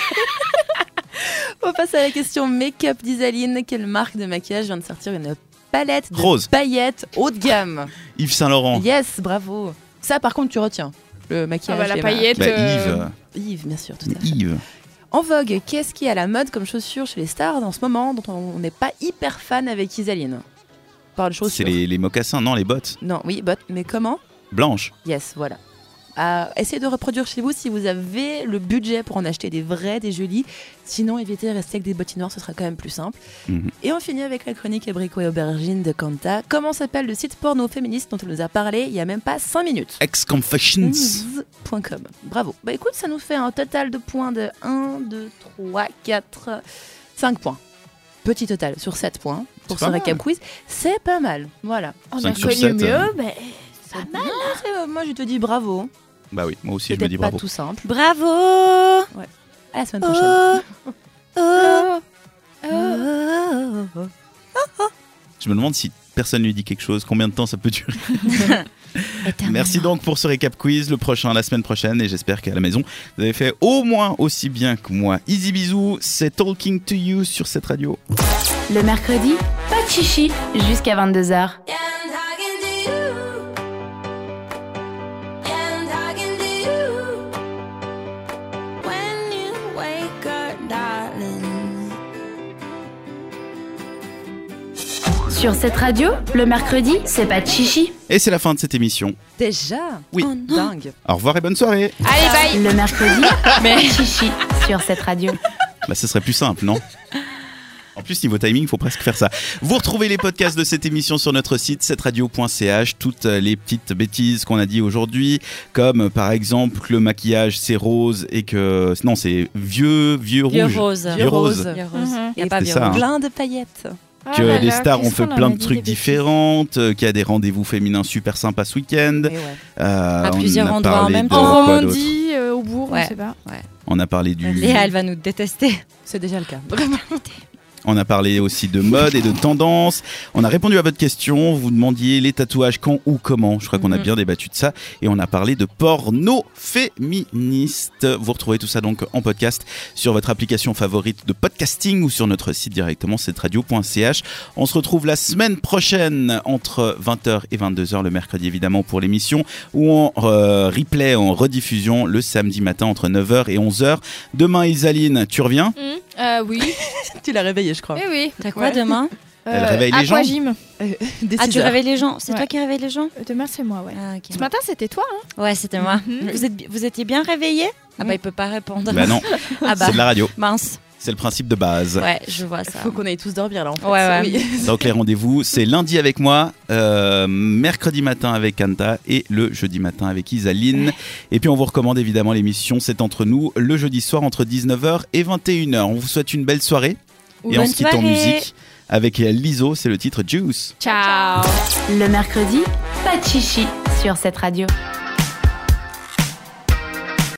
S6: On passe à la question make-up d'Isaline. Quelle marque de maquillage vient de sortir une palette de
S3: Rose.
S6: paillettes haut de gamme?
S3: Yves Saint Laurent.
S6: Yes, bravo. Ça, par contre, tu retiens. Le
S7: Ah
S6: maquillage.
S7: bah, la
S6: les
S7: paillette.
S3: Bah,
S7: euh,
S3: Yves.
S6: Yves, bien sûr, tout à fait.
S3: Yves.
S6: En vogue, qu'est-ce qui est à la mode comme chaussures chez les stars en ce moment dont on n'est pas hyper fan avec Isaline? Parle de
S3: C'est
S6: chaussures.
S3: les, les mocassins, non, les bottes.
S6: Non, oui, bottes, mais comment?
S3: Blanches.
S6: Yes, voilà. À essayez de reproduire chez vous si vous avez le budget pour en acheter des vrais, des jolis. Sinon, évitez de rester avec des bottines noires, ce sera quand même plus simple.
S3: Mhm.
S6: Et on finit avec la chronique abricot et aubergine de Kanta. Comment s'appelle le site porno féministe dont on nous a parlé il y a même pas cinq minutes?
S3: Ex-Confessions.
S6: Zzz point com. Bravo. Bah écoute, ça nous fait un total de points de un, deux, trois, quatre, cinq points. Petit total sur sept points pour
S3: C'est
S6: ce
S3: pas
S6: récap
S3: mal.
S6: quiz. C'est pas mal. Voilà.
S7: On a
S3: cinq sur
S7: connu
S3: sept,
S7: mieux,
S3: euh.
S7: mais c'est pas mal.
S6: Non, c'est- euh, moi, je te dis bravo.
S3: Bah oui, moi aussi je
S6: C'était
S3: me dis
S6: pas
S3: bravo.
S6: tout simple.
S5: Bravo.
S6: À la semaine prochaine.
S5: Oh.
S7: Oh.
S3: Je me demande si personne lui dit quelque chose, combien de temps ça peut durer. Merci donc pour ce récap quiz, le prochain la semaine prochaine, et j'espère qu'à la maison vous avez fait au moins aussi bien que moi. Easy bisous, c'est Talking to You sur cette radio.
S4: Le mercredi, pas de chichi jusqu'à vingt-deux heures.
S8: And talking to you. And talking to you. When you wake up, darling.
S4: Sur cette radio, le mercredi, c'est pas de chichi.
S3: Et c'est la fin de cette émission.
S6: Déjà
S3: Oui.
S5: Oh non.
S6: Dingue.
S3: Au revoir et bonne soirée.
S7: Allez, bye.
S4: Le mercredi, pas de chichi sur cette radio.
S3: Bah ce serait plus simple, non? En plus, niveau timing, il faut presque faire ça. Vous retrouvez les podcasts de cette émission sur notre site sept radio point c h. Toutes les petites bêtises qu'on a dit aujourd'hui, comme par exemple que le maquillage c'est rose et que... Non, c'est vieux, vieux
S5: Vieux
S3: rouge.
S5: rose.
S3: Vieux rose.
S5: Vieux rose.
S7: Mhm.
S5: Y a pas
S3: C'est
S5: vieux
S3: ça,
S5: rose.
S3: hein.
S6: Plein de paillettes.
S3: Que
S7: Ah là
S3: les
S7: là,
S3: stars ont
S7: qu'est-ce
S3: fait
S7: qu'on en
S3: plein
S7: a
S3: de
S7: dit,
S3: trucs
S7: des bêtises.
S3: différentes, euh, qu'il y a des rendez-vous féminins super sympas ce week-end.
S6: Mais ouais.
S3: Euh,
S5: À
S3: on
S5: plusieurs
S3: a
S5: endroits en
S3: parlé
S5: même
S3: de
S5: temps.
S7: En
S3: quoi d'autre
S7: Romandie, euh, au Bourg,
S5: Ouais.
S7: on sait pas.
S3: On a parlé du...
S5: Léa, elle va nous détester.
S6: C'est déjà le cas.
S3: On a parlé aussi de mode et de tendance. On a répondu à votre question. Vous demandiez les tatouages quand ou comment. Je crois qu'on a
S5: Mhm.
S3: bien débattu de ça. Et on a parlé de porno féministe. Vous retrouvez tout ça donc en podcast sur votre application favorite de podcasting ou sur notre site directement sept radio point c h. On se retrouve la semaine prochaine entre vingt heures et vingt-deux heures le mercredi évidemment pour l'émission, ou en euh, replay, en rediffusion le samedi matin entre neuf heures et onze heures. Demain, Isaline, tu reviens?
S7: Hum, euh, oui.
S6: Tu l'as réveillé, je crois.
S7: Eh oui.
S5: T'as quoi
S7: Ouais.
S5: demain?
S3: Elle réveille les gens.
S7: Aquagym.
S6: Dès
S5: Ah,
S6: six
S5: tu
S6: heures.
S5: réveilles les gens. C'est
S7: Ouais.
S5: toi qui réveilles les gens?
S7: Euh, Demain, c'est moi, ouais.
S5: Ah, ok.
S7: Ce matin, c'était toi, hein?
S5: Ouais, c'était moi.
S7: Mhm.
S5: Vous, êtes, vous étiez bien réveillés? Ah bah, il peut pas répondre.
S3: Bah non,
S5: Ah bah,
S3: c'est de la radio.
S5: mince.
S3: C'est le principe de base.
S5: Ouais, je vois ça.
S6: Faut qu'on aille tous dormir là en fait.
S5: Ouais, ouais.
S6: Oui.
S3: Donc les rendez-vous, c'est lundi avec moi, euh, mercredi matin avec Kanta et le jeudi matin avec Isaline. Et puis on vous recommande évidemment l'émission C'est entre nous le jeudi soir entre dix-neuf heures et vingt et une heures. On vous souhaite une belle soirée. Et on
S5: Bonne
S3: se quitte en
S5: soirée.
S3: musique avec Lizzo, c'est le titre Juice.
S7: Ciao.
S4: Le mercredi, pas de chichi sur cette radio.